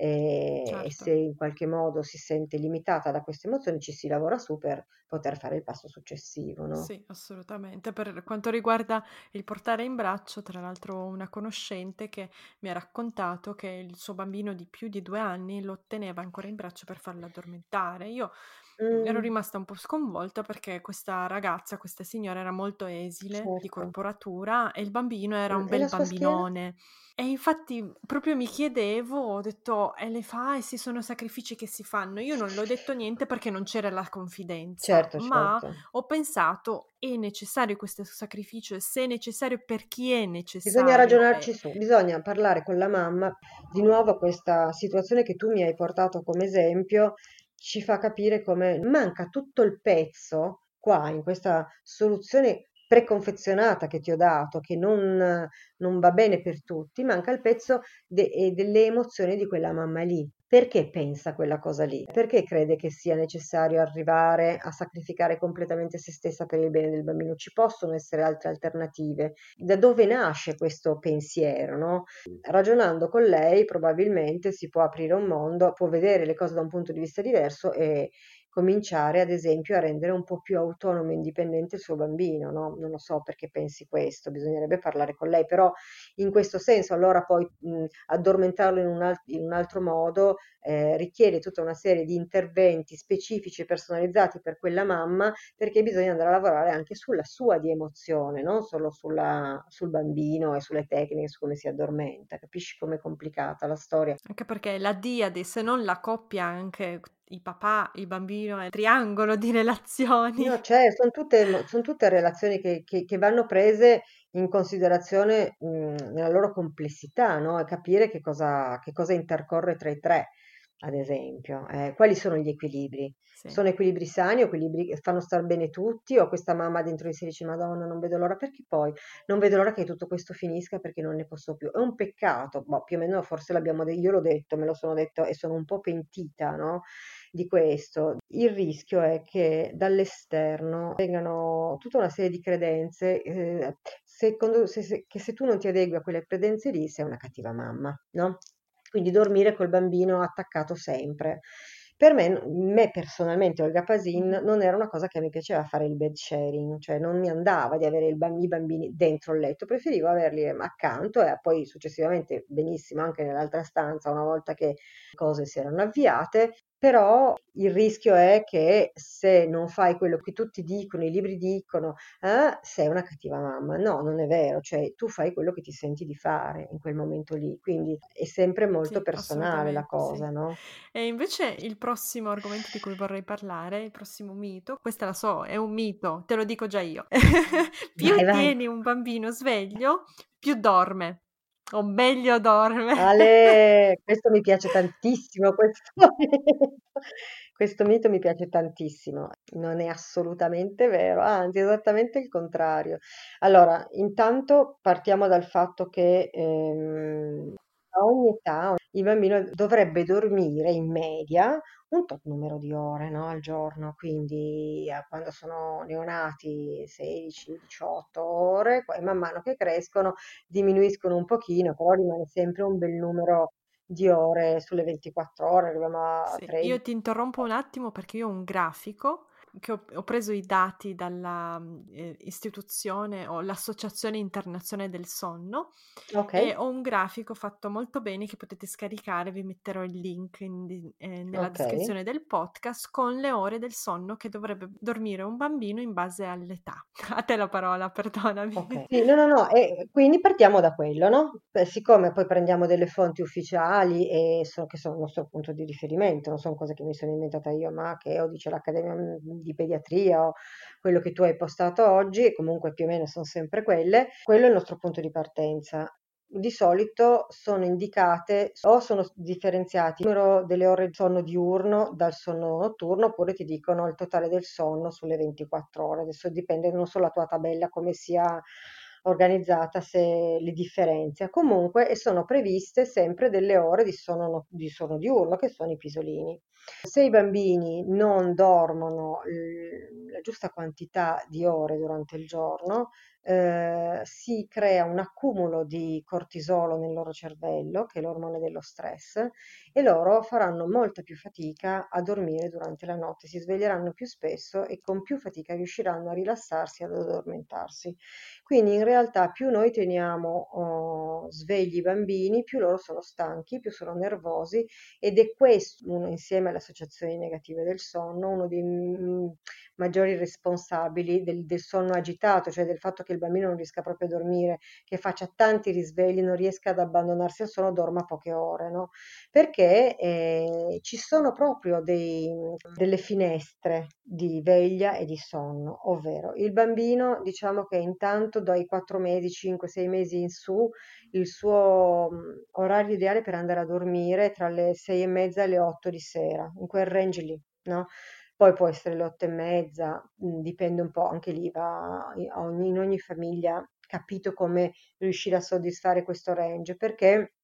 e, e Certo. se in qualche modo si sente limitata da queste emozioni ci si lavora su per poter fare il passo successivo, no? Sì, assolutamente. Per quanto riguarda il portare in braccio, tra l'altro ho una conoscente che mi ha raccontato che il suo bambino di più di due anni lo teneva ancora in braccio per farlo addormentare. Io mm, ero Mm, rimasta un po' sconvolta perché questa ragazza, questa signora era molto esile, di certo. corporatura e il bambino era Mm, un e bel la sua schiena? bambinone. E infatti proprio mi chiedevo, ho detto, e le fa, e sì, sono sacrifici che si fanno. Io non le ho detto niente perché non c'era la confidenza, Certo, ma certo. ho pensato: "È necessario questo sacrificio? E se è necessario, per chi è Bisogna necessario?" E ragionarci su, bisogna parlare con la mamma. Di nuovo questa situazione che tu mi hai portato come esempio ci fa capire come manca tutto il pezzo qua in questa soluzione preconfezionata che ti ho dato, che non, non va bene per tutti, manca il pezzo de- e delle emozioni di quella mamma lì. Perché pensa quella cosa lì? Perché crede che sia necessario arrivare a sacrificare completamente se stessa per il bene del bambino? Ci possono essere altre alternative. Da dove nasce questo pensiero, no? Ragionando con lei probabilmente si può aprire un mondo, può vedere le cose da un punto di vista diverso e cominciare ad esempio a rendere un po' più autonomo e indipendente il suo bambino, no? Non lo so perché pensi questo, bisognerebbe parlare con lei, però in questo senso allora poi mh, addormentarlo in un, al- in un altro modo eh, richiede tutta una serie di interventi specifici e personalizzati per quella mamma, perché bisogna andare a lavorare anche sulla sua di emozione, non solo sulla- sul bambino e sulle tecniche, su come si addormenta. Capisci com'è complicata la storia? Anche perché la diade, se non la coppia, anche i papà, il bambino, è un triangolo di relazioni. No, cioè, sono tutte, mo- son tutte relazioni che, che- che vanno prese in considerazione mh, nella loro complessità, no? E capire che cosa, che cosa intercorre tra i tre, ad esempio. Eh, quali sono gli equilibri? Sì. Sono equilibri sani, o equilibri che fanno star bene tutti, o questa mamma dentro di sé dice, Madonna, non vedo l'ora, perché poi non vedo l'ora che tutto questo finisca perché non ne posso più. È un peccato, boh, più o meno forse l'abbiamo detto, io l'ho detto, me lo sono detto e sono un po' pentita, no? Di questo. Il rischio è che dall'esterno vengano tutta una serie di credenze, eh, secondo, se, se- che se tu non ti adegui a quelle credenze lì sei una cattiva mamma, no? Quindi dormire col bambino attaccato sempre. Per me, me personalmente, Olga Pasin, Mhm. non era una cosa che mi piaceva fare il bed sharing, cioè non mi andava di avere il bamb- i bambini dentro il letto, preferivo averli accanto e poi successivamente benissimo anche nell'altra stanza una volta che le cose si erano avviate, però il rischio è che se non fai quello che tutti dicono, i libri dicono, eh, sei una cattiva mamma. No, non è vero, cioè tu fai quello che ti senti di fare in quel momento lì, quindi è sempre molto Sì, personale la assolutamente sì. cosa, no? E invece il prossimo argomento di cui vorrei parlare, il prossimo mito, questa la so, è un mito, te lo dico già io. Vai, Più vai. tieni un bambino sveglio, più dorme, o meglio dorme. Ale, questo mi piace tantissimo, questo mito. Questo mito mi piace tantissimo. Non è assolutamente vero, anzi, esattamente il contrario. Allora, intanto partiamo dal fatto che ehm, a ogni età il bambino dovrebbe dormire in media un tot numero di ore, no, al giorno, quindi eh, quando sono neonati sedici diciotto ore, poi man mano che crescono diminuiscono un pochino, però rimane sempre un bel numero di ore sulle ventiquattro ore, arriviamo a Sì, io tredici. ti interrompo un attimo perché io ho un grafico che ho, ho preso i dati dalla mm, eh, istituzione o l'Associazione Internazionale del Sonno Ok, e ho un grafico fatto molto bene che potete scaricare, vi metterò il link in di- eh, nella ok, descrizione del podcast con le ore del sonno che dovrebbe dormire un bambino in base all'età. A te la parola, perdonami. ok. Sì, no, no, no, e quindi partiamo da quello, no? Beh, siccome poi prendiamo delle fonti ufficiali e so, che sono il nostro punto di riferimento, non sono cose che mi sono inventata io, ma che o dice l'Accademia mm, di Pediatria o quello che tu hai postato oggi, e comunque più o meno sono sempre quelle, quello è il nostro punto di partenza. Di solito sono indicate o sono differenziati il numero delle ore di sonno diurno dal sonno notturno, oppure ti dicono il totale del sonno sulle ventiquattro ore. Adesso dipende non solo la tua tabella come sia organizzata, se le differenzia. Comunque, e sono previste sempre delle ore di sonno, no- di sonno diurno, che sono i pisolini. Se i bambini non dormono l- la giusta quantità di ore durante il giorno, eh, si crea un accumulo di cortisolo nel loro cervello, che è l'ormone dello stress, e loro faranno molta più fatica a dormire durante la notte, si sveglieranno più spesso e con più fatica riusciranno a rilassarsi e ad addormentarsi. Quindi in realtà più noi teniamo oh, svegli i bambini, più loro sono stanchi, più sono nervosi, ed è questo, uno, insieme alle associazioni negative del sonno, uno dei mm, maggiori responsabili del, del sonno agitato, cioè del fatto che il bambino non riesca proprio a dormire, che faccia tanti risvegli, non riesca ad abbandonarsi al sonno, dorma poche ore, no? Perché eh, ci sono proprio dei, delle finestre di veglia e di sonno, ovvero il bambino, diciamo che intanto dai quattro mesi, cinque sei mesi in su, il suo mh, orario ideale per andare a dormire è tra le sei e mezza e le otto di sera, in quel range lì, no? Poi può essere le otto e mezza, mh, dipende un po', anche lì va a ogni- in ogni famiglia capito come riuscire a soddisfare questo range, perché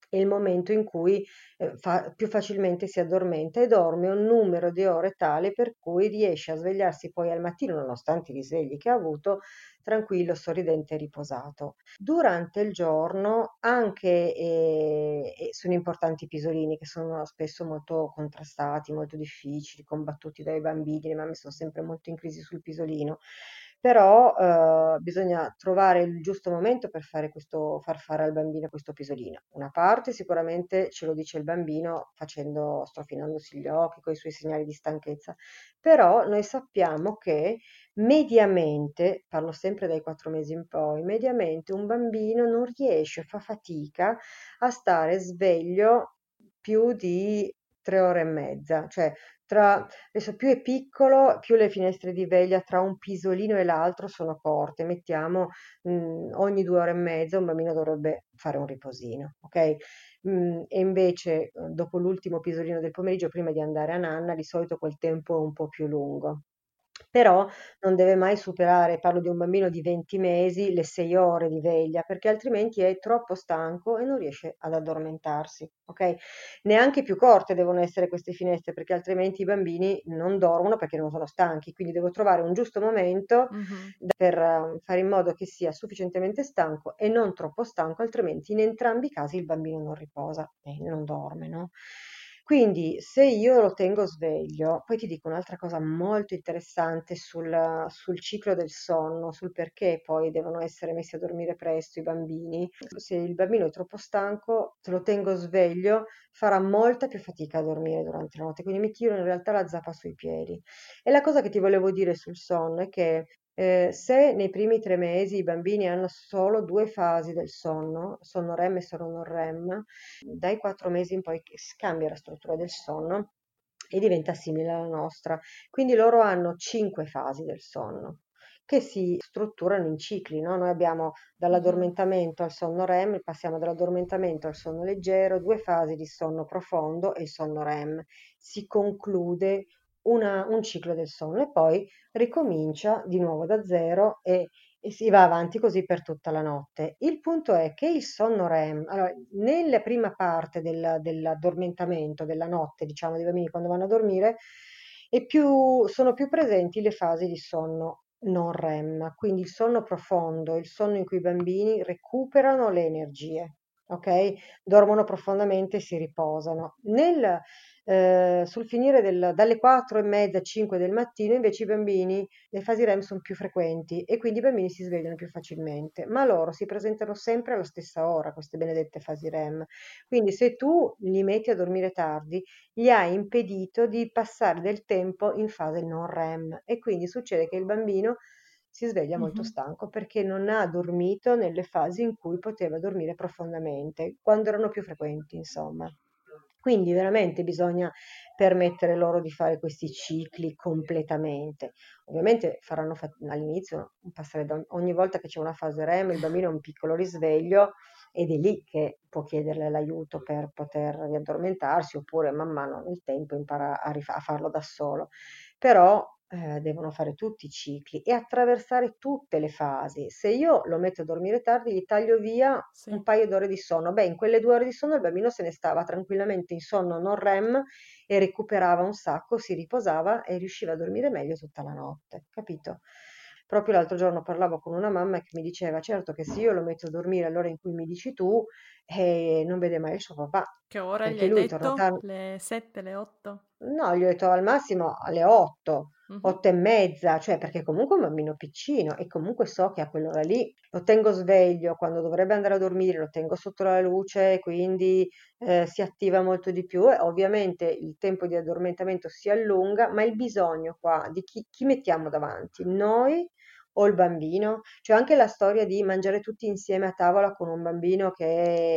è il momento in cui eh, fa- più facilmente si addormenta e dorme un numero di ore tale per cui riesce a svegliarsi poi al mattino, nonostante i risvegli che ha avuto, tranquillo, sorridente e riposato. Durante il giorno anche eh, eh, sono importanti i pisolini che sono spesso molto contrastati, molto difficili, combattuti dai bambini, le mamme sono sempre molto in crisi sul pisolino. Però eh, bisogna trovare il giusto momento per fare questo, far fare al bambino questo pisolino. Una parte sicuramente ce lo dice il bambino facendo, strofinandosi gli occhi con i suoi segnali di stanchezza, però noi sappiamo che mediamente, parlo sempre dai quattro mesi in poi, mediamente un bambino non riesce, fa fatica a stare sveglio più di tre ore e mezza, cioè tra, adesso più è piccolo, più le finestre di veglia tra un pisolino e l'altro sono corte, mettiamo mh, ogni due ore e mezza un bambino dovrebbe fare un riposino, ok? Mm, e invece eh, dopo l'ultimo pisolino del pomeriggio, prima di andare a nanna, di solito quel tempo è un po' più lungo. Però non deve mai superare, parlo di un bambino di venti mesi, le sei ore di veglia, perché altrimenti è troppo stanco e non riesce ad addormentarsi, ok? Neanche più corte devono essere queste finestre, perché altrimenti i bambini non dormono perché non sono stanchi, quindi devo trovare un giusto momento Mhm. per eh, fare in modo che sia sufficientemente stanco e non troppo stanco, altrimenti in entrambi i casi il bambino non riposa e non dorme, no? Quindi se io lo tengo sveglio, poi ti dico un'altra cosa molto interessante sul, sul ciclo del sonno, sul perché poi devono essere messi a dormire presto i bambini. Se il bambino è troppo stanco, se lo tengo sveglio, farà molta più fatica a dormire durante la notte, quindi mi tiro in realtà la zappa sui piedi. E la cosa che ti volevo dire sul sonno è che eh, se nei primi tre mesi i bambini hanno solo due fasi del sonno, sonno REM e sonno non REM, dai quattro mesi in poi che si cambia la struttura del sonno e diventa simile alla nostra. Quindi loro hanno cinque fasi del sonno che si strutturano in cicli, no? Noi abbiamo Mhm. dall'addormentamento al sonno REM, passiamo dall'addormentamento al sonno leggero, due fasi di sonno profondo e il sonno REM. Si conclude una- un ciclo del sonno e poi ricomincia di nuovo da zero e, e si va avanti così per tutta la notte. Il punto è che il sonno REM, allora, nella prima parte del- dell'addormentamento, della notte, diciamo, dei bambini quando vanno a dormire, è più- sono più presenti le fasi di sonno non REM, quindi il sonno profondo, il sonno in cui i bambini recuperano le energie, ok? Dormono profondamente e si riposano. Nel, eh, sul finire del- dalle quattro e mezza, cinque del mattino, invece i bambini, le fasi REM sono più frequenti e quindi i bambini si svegliano più facilmente, ma loro si presentano sempre alla stessa ora, queste benedette fasi REM. Quindi se tu li metti a dormire tardi, gli hai impedito di passare del tempo in fase non REM e quindi succede che il bambino si sveglia molto Mhm. stanco perché non ha dormito nelle fasi in cui poteva dormire profondamente, quando erano più frequenti, insomma. Quindi veramente bisogna permettere loro di fare questi cicli completamente. Ovviamente faranno fat- all'inizio passare da ogni volta che c'è una fase REM, il bambino ha un piccolo risveglio ed è lì che può chiederle l'aiuto per poter riaddormentarsi oppure man mano nel tempo impara a, rif- a farlo da solo. Però eh, devono fare tutti i cicli e attraversare tutte le fasi. Se io lo metto a dormire tardi, gli taglio via un Sì. paio d'ore di sonno. Beh, in quelle due ore di sonno il bambino se ne stava tranquillamente in sonno non REM e recuperava un sacco, si riposava e riusciva a dormire meglio tutta la notte, capito? Proprio l'altro giorno parlavo con una mamma che mi diceva, certo che se io lo metto a dormire all'ora in cui mi dici tu, eh, non vede mai il suo papà, Che ora gli perché hai lui torna detto? tardi. Le sette, le otto? No, gli ho detto al massimo alle otto, Mhm. otto e mezza, cioè perché comunque è un bambino piccino e comunque so che a quell'ora lì lo tengo sveglio quando dovrebbe andare a dormire, lo tengo sotto la luce, quindi eh, si attiva molto di più e ovviamente il tempo di addormentamento si allunga, ma il bisogno qua di chi, chi mettiamo davanti? Noi o il bambino? C'è anche la storia di mangiare tutti insieme a tavola con un bambino che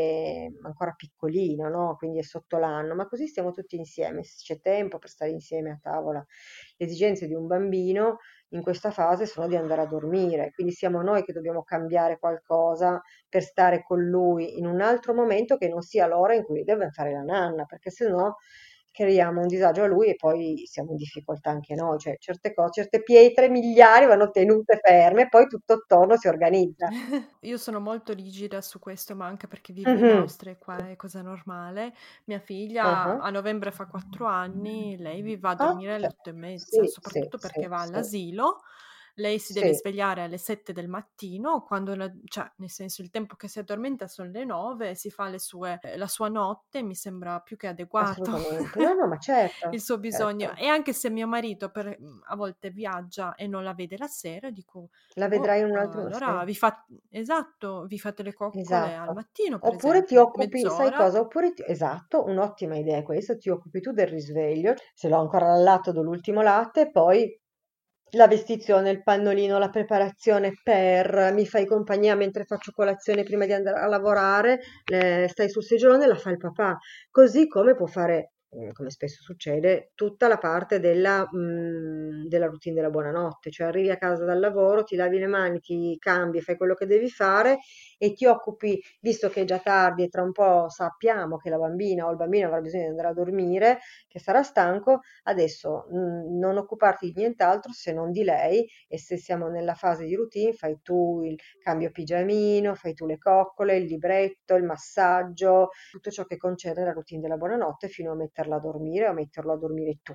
è ancora piccolino, no? Quindi è sotto l'anno, ma così stiamo tutti insieme, se c'è tempo per stare insieme a tavola. Le esigenze di un bambino in questa fase sono di andare a dormire, quindi siamo noi che dobbiamo cambiare qualcosa per stare con lui in un altro momento che non sia l'ora in cui deve fare la nanna, perché se no creiamo un disagio a lui e poi siamo in difficoltà anche noi, cioè certe cose, certe pietre miliari vanno tenute ferme, poi tutto attorno si organizza. Io sono molto rigida su questo, ma anche perché vivo in Mhm. Austria e qua è cosa normale. Mia Ah, figlia ah. a novembre fa quattro anni, lei vi va a Ah, dormire alle cioè, otto e mezza, sì, sì, soprattutto sì, perché va sì, all'asilo. Lei si deve sì, svegliare alle sette del mattino, quando la- cioè, nel senso il tempo che si addormenta sono le nove, si fa le sue, eh, la sua notte, mi sembra più che adeguato assolutamente. No, no, ma il certo, suo bisogno. certo. E anche se mio marito per- a volte viaggia e non la vede la sera, dico, La oh, vedrai in un eh, altro, allora sì. vi fa, esatto, vi fate le coccole al Esatto. mattino, per Oppure ti esempio, occupi, sai mezz'ora. cosa? Oppure ti- esatto, un'ottima idea è questa, ti occupi tu del risveglio, se l'ho ancora al latte do l'ultimo latte, poi la vestizione, il pannolino, la preparazione per, mi fai compagnia mentre faccio colazione prima di andare a lavorare, eh, stai sul seggiolone, la fa il papà. Così come può fare, mm, come spesso succede, tutta la parte della, mm, della routine della buonanotte, cioè arrivi a casa dal lavoro, ti lavi le mani, ti cambi, fai quello che devi fare e ti occupi, visto che è già tardi e tra un po' sappiamo che la bambina o il bambino avrà bisogno di andare a dormire, che sarà stanco, adesso mm, non occuparti di nient'altro se non di lei e se siamo nella fase di routine fai tu il cambio pigiamino, fai tu le coccole, il libretto, il massaggio, tutto ciò che concerne la routine della buonanotte fino a metterla a dormire o a metterlo a dormire tu.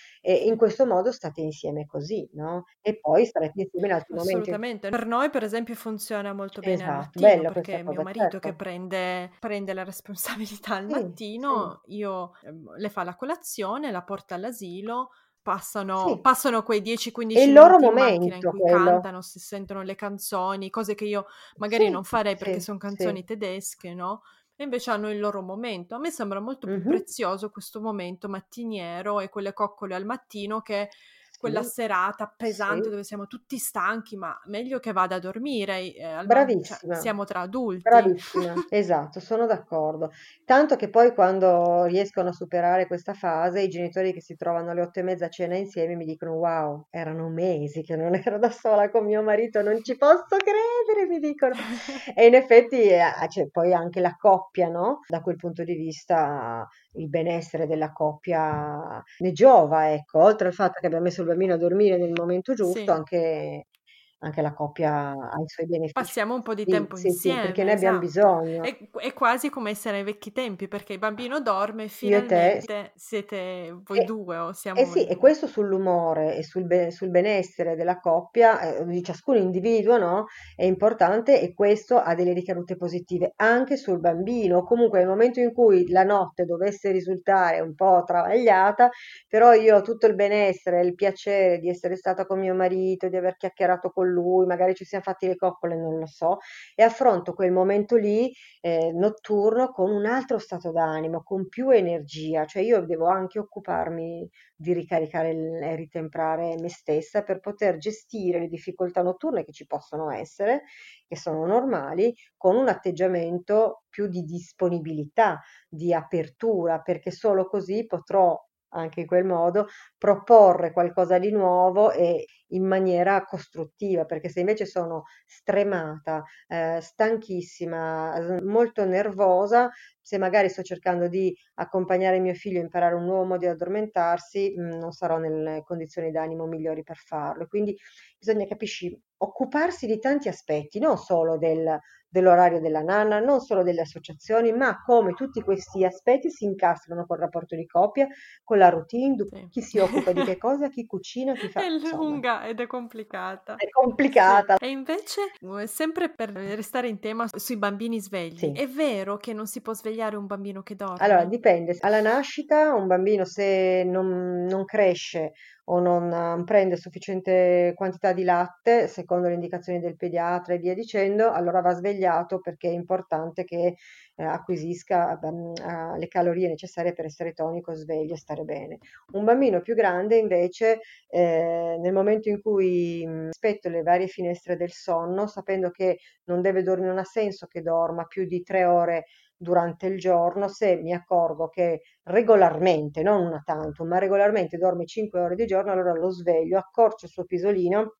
E in Sì. questo modo state insieme così, no? E poi starete insieme in altri momenti. Assolutamente. Per noi, per esempio, funziona molto bene al Esatto, mattino bella questa perché è mio cosa, marito che certo. prende, prende la responsabilità al Sì, sì, mattino, io ehm, le fa la colazione, la porta all'asilo, passano, sì. passano quei È dieci quindici il loro minuti in macchina in momento cui quello. cantano, si sentono le canzoni, cose che io magari Sì, non farei perché sì, sono sì. canzoni tedesche, no? E invece hanno il loro momento. A me sembra molto più Mhm. prezioso questo momento mattiniero e quelle coccole al mattino che quella Sì, serata pesante sì. dove siamo tutti stanchi, ma meglio che vada a dormire, eh, al ma- cioè, Bravissima, siamo tra adulti. bravissima, esatto, sono d'accordo. Tanto che poi quando riescono a superare questa fase, i genitori che si trovano alle otto e mezza a cena insieme mi dicono: Wow, erano mesi che non ero da sola con mio marito, non ci posso credere, mi dicono. E in effetti eh, c'è poi anche la coppia, no? Da quel punto di vista il benessere della coppia ne giova, ecco, oltre al fatto che abbiamo messo il bambino a dormire nel momento giusto, Sì, anche, anche la coppia ha i suoi benefici. passiamo un po' di Sì, tempo sì, sì, perché insieme, ne abbiamo esatto. bisogno. È, è quasi come essere ai vecchi tempi, perché il bambino dorme e Io e te. finalmente siete voi E, due o eh siamo sì, voi e due. questo sull'umore e sul, be- sul benessere della coppia, eh, di ciascun individuo, no? È importante e questo ha delle ricadute positive anche sul bambino. Comunque, nel momento in cui la notte dovesse risultare un po' travagliata, però io ho tutto il benessere, il piacere di essere stata con mio marito, di aver chiacchierato con lui, magari ci siamo fatti le coccole, non lo so, e affronto quel momento lì eh, notturno con un altro stato d'animo, con più energia, cioè io devo anche occuparmi di ricaricare il- e ritemprare me stessa per poter gestire le difficoltà notturne che ci possono essere, che sono normali, con un atteggiamento più di disponibilità, di apertura, perché solo così potrò anche in quel modo proporre qualcosa di nuovo e in maniera costruttiva, perché se invece sono stremata, eh, stanchissima, s- molto nervosa, se magari sto cercando di accompagnare mio figlio a imparare un nuovo modo di addormentarsi, mh, non sarò nelle condizioni d'animo migliori per farlo. Quindi bisogna, capisci, occuparsi di tanti aspetti, non solo del- dell'orario della nanna, non solo delle associazioni, ma come tutti questi aspetti si incastrano col rapporto di coppia, con la routine, du- Sì. chi si occupa di che cosa, chi cucina, chi È fa, insomma, lunga ed è complicata. è Sì. complicata. E invece, eh, sempre per restare in tema sui bambini svegli, Sì. è vero che non si può svegliare un bambino che Allora, dorme? dipende. Alla nascita un bambino se non, non cresce o non eh, prende sufficiente quantità di latte, secondo le indicazioni del pediatra e via dicendo, allora va svegliato perché è importante che eh, acquisisca ehm, eh, le calorie necessarie per essere tonico, sveglio e stare bene. Un bambino più grande invece, eh, nel momento in cui mh, rispetto le varie finestre del sonno, sapendo che non deve dormire, non ha senso che dorma più di tre ore durante il giorno, se mi accorgo che regolarmente, non una tantum, ma regolarmente dorme cinque ore di giorno, allora lo sveglio, accorcio il suo pisolino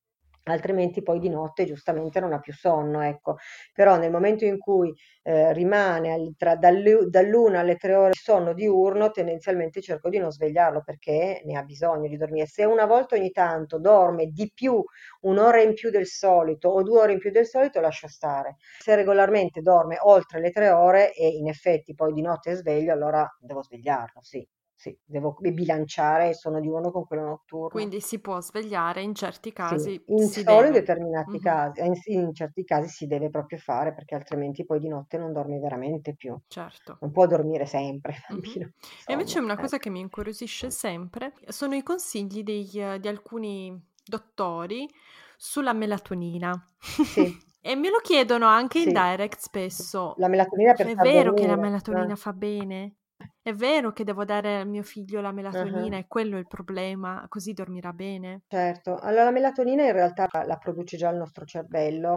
altrimenti poi di notte giustamente non ha più sonno, ecco. Però nel momento in cui eh, rimane al- tra- dalle- dall'una alle tre ore di sonno diurno, tendenzialmente cerco di non svegliarlo perché ne ha bisogno di dormire. Se una volta ogni tanto dorme di più, un'ora in più del solito o due ore in più del solito, lascio stare. Se regolarmente dorme oltre le tre ore e in effetti poi di notte è sveglio, allora devo svegliarlo, sì. Sì, devo bilanciare il sonno diurno con quello notturno. Quindi si può svegliare, in certi Sì, casi in si solo in deve. determinati Mhm, casi, eh, in, in certi casi si deve proprio fare perché altrimenti poi di notte non dormi veramente più. certo. Non può dormire sempre, il Mhm. bambino, E invece insomma, una cosa ecco. che mi incuriosisce sempre sono i consigli dei, eh, di alcuni dottori sulla melatonina. Sì, E me lo chiedono anche in sì. direct spesso. La melatonina per È far vero che la dormire. melatonina Ah, fa bene? È vero che devo dare a mio figlio la ah. melatonina e quello è il problema, così dormirà bene? Certo, allora la melatonina in realtà la produce già il nostro cervello,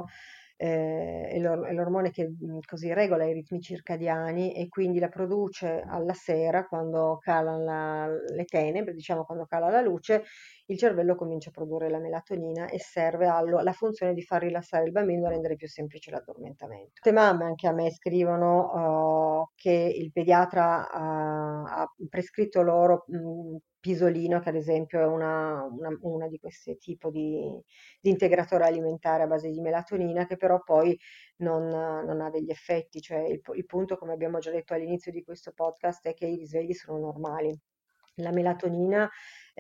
eh, è l'or- è l'ormone che mh, così regola i ritmi circadiani e quindi la produce alla sera quando calano la- le tenebre, diciamo quando cala la luce, il cervello comincia a produrre la melatonina e serve allo- alla funzione di far rilassare il bambino e rendere più semplice l'addormentamento. Molte mamme anche a me scrivono eh, che il pediatra ha, ha prescritto loro mh, Pisolino, che ad esempio è una, una- una di questi tipi di, di integratore alimentare a base di melatonina, che però poi non, non ha degli effetti. Cioè il, il punto, come abbiamo già detto all'inizio di questo podcast, è che i risvegli sono normali. La melatonina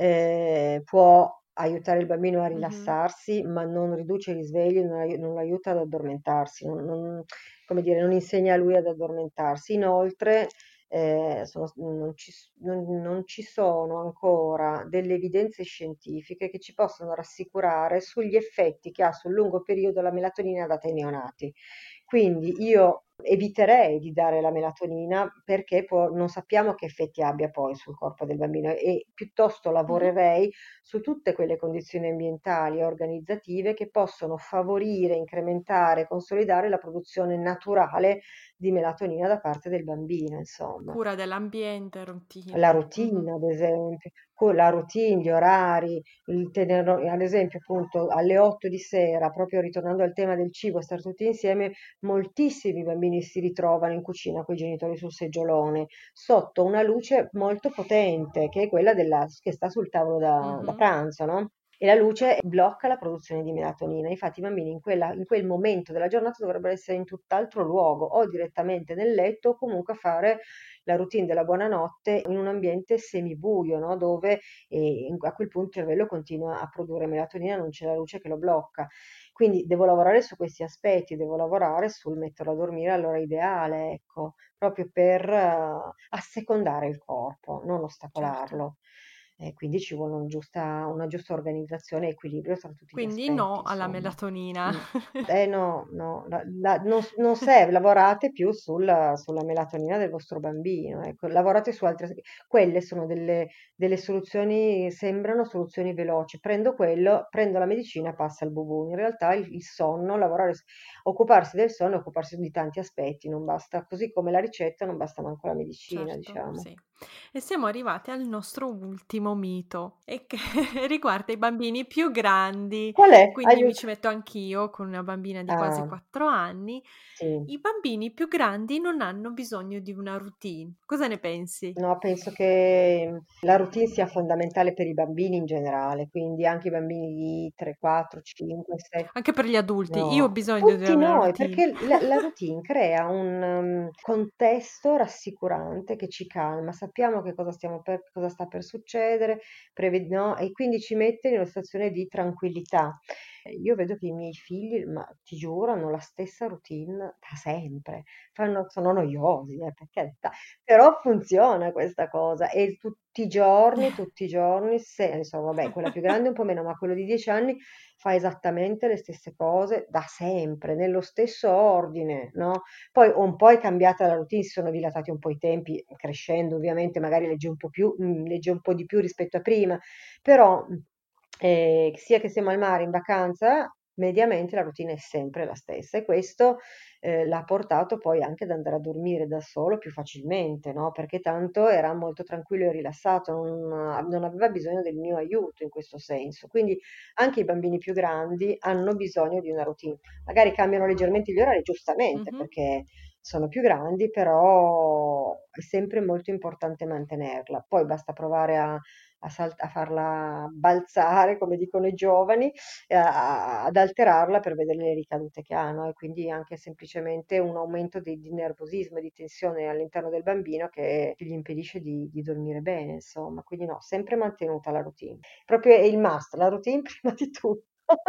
eh, può aiutare il bambino a Mhm. rilassarsi, ma non riduce i risvegli, non, ai- non lo aiuta ad addormentarsi, non, non- come dire, non insegna a lui ad addormentarsi. Inoltre, eh, sono- non ci, s- non- non ci sono ancora delle evidenze scientifiche che ci possono rassicurare sugli effetti che ha sul lungo periodo la melatonina data ai neonati. Quindi io eviterei di dare la melatonina perché può- non sappiamo che effetti abbia poi sul corpo del bambino e piuttosto Mhm. lavorerei su tutte quelle condizioni ambientali e organizzative che possono favorire, incrementare, consolidare la produzione naturale di melatonina da parte del bambino, insomma. Cura dell'ambiente, La routine. Mhm. routine, ad esempio, con la routine, gli orari, il tenere, ad esempio, appunto alle otto di sera, proprio ritornando al tema del cibo, stare tutti insieme, moltissimi bambini si ritrovano in cucina con i genitori sul seggiolone, sotto una luce molto potente, che è quella della, che sta sul tavolo da, da Mhm. pranzo, no? E la luce blocca la produzione di melatonina. Infatti i bambini in, quella- in quel momento della giornata dovrebbero essere in tutt'altro luogo, o direttamente nel letto, o comunque a fare la routine della buonanotte in un ambiente semibuio, no? Dove eh, in- a quel punto il cervello continua a produrre melatonina, non c'è la luce che lo blocca. Quindi devo lavorare su questi aspetti, devo lavorare sul metterlo a dormire all'ora ideale, ecco, proprio per eh, assecondare il corpo, non Certo. ostacolarlo. E quindi ci vuole un giusta- una giusta organizzazione e equilibrio tra tutti gli Quindi aspetti, no alla insomma. melatonina. Mm. Eh no, no, la- la- non, non serve, lavorate più sulla, sulla melatonina del vostro bambino, ecco, lavorate su altre, quelle sono delle, delle soluzioni, sembrano soluzioni veloci, prendo quello, prendo la medicina, passa il bubù, in realtà il, il sonno, lavorare, occuparsi del sonno, occuparsi di tanti aspetti, non basta, così come la ricetta, non basta manco la medicina, Certo, diciamo. sì. E siamo arrivati al nostro ultimo mito, e che riguarda i bambini più grandi. Qual è? Quindi mi Aiuto. ci metto anch'io con una bambina di quasi Ah, quattro anni. sì. I bambini più grandi non hanno bisogno di una routine. Cosa ne pensi? No, penso che la routine sia fondamentale per i bambini in generale, quindi anche i bambini di tre, quattro, cinque, sei. Anche per gli adulti. Io ho No, bisogno di tutti una noi, routine. perché la, la routine crea un um, contesto rassicurante che ci calma, sappiamo che cosa stiamo per, cosa sta per succedere, preved- no? E quindi ci mette in una situazione di tranquillità. Eh, Io vedo che i miei figli, ma ti giuro, hanno la stessa routine da sempre, fanno, sono noiosi, eh, per carità, però funziona questa cosa e tutti i giorni, tutti i giorni, se, insomma, vabbè, quella più grande un po' meno, ma quello di dieci anni fa esattamente le stesse cose da sempre, nello stesso ordine, no? Poi un po' è cambiata la routine, si sono dilatati un po' i tempi, crescendo ovviamente, magari legge un po' più, mm, legge un po' di più rispetto a prima, però eh, sia che siamo al mare in vacanza, mediamente la routine è sempre la stessa e questo eh, l'ha portato poi anche ad andare a dormire da solo più facilmente, no? Perché tanto era molto tranquillo e rilassato, non, non aveva bisogno del mio aiuto in questo senso. Quindi anche i bambini più grandi hanno bisogno di una routine. Magari cambiano leggermente gli orari, giustamente, Mhm. perché sono più grandi, però è sempre molto importante mantenerla. Poi basta provare a, a sal- a farla balzare, come dicono i giovani, e a- ad alterarla per vedere le ricadute che ha, no? E quindi anche semplicemente un aumento di, di nervosismo e di tensione all'interno del bambino che gli impedisce di, di dormire bene, insomma. Quindi no, sempre mantenuta la routine. Proprio è il must, la routine prima di tutto.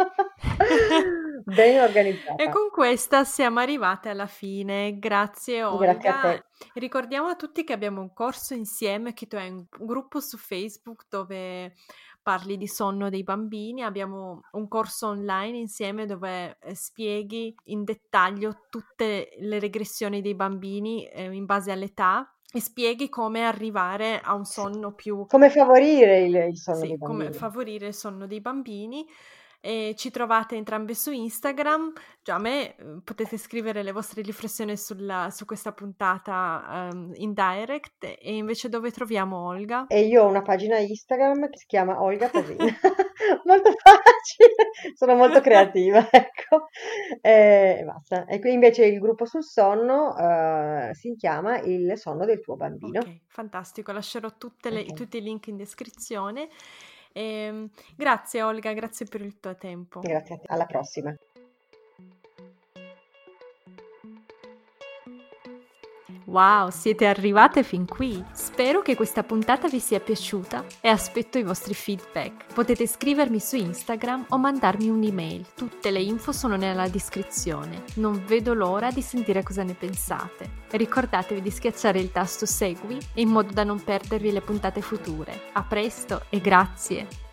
Ben E organizzata. con questa siamo arrivate alla fine. Grazie Grazie a te. Olga. Ricordiamo a tutti che abbiamo un corso insieme, che tu hai un un gruppo su Facebook dove parli di sonno dei bambini. Abbiamo un corso online insieme dove eh, spieghi in dettaglio tutte le regressioni dei bambini eh, in base all'età e spieghi come arrivare a un Sì. sonno più Come favorire il, il sonno dei sì, come bambini. favorire il sonno dei bambini. E ci trovate entrambe su Instagram. Già a me eh, potete scrivere le vostre riflessioni sulla- su questa puntata ehm, in direct. E invece dove troviamo Olga? E io ho una pagina Instagram che si chiama Olga Pasin. Molto facile, sono molto creativa, ecco. E basta. E qui invece il gruppo sul sonno eh, si chiama Il sonno del tuo bambino. Ok, fantastico. Lascerò tutte le- Ok, tutti i link in descrizione. Ehm, grazie Olga, grazie per il tuo tempo. grazie a te. Alla prossima. Wow, siete arrivate fin qui! Spero che questa puntata vi sia piaciuta e aspetto i vostri feedback. Potete scrivermi su Instagram o mandarmi un'email. Tutte le info sono nella descrizione. Non vedo l'ora di sentire cosa ne pensate. Ricordatevi di schiacciare il tasto segui in modo da non perdervi le puntate future. A presto e grazie!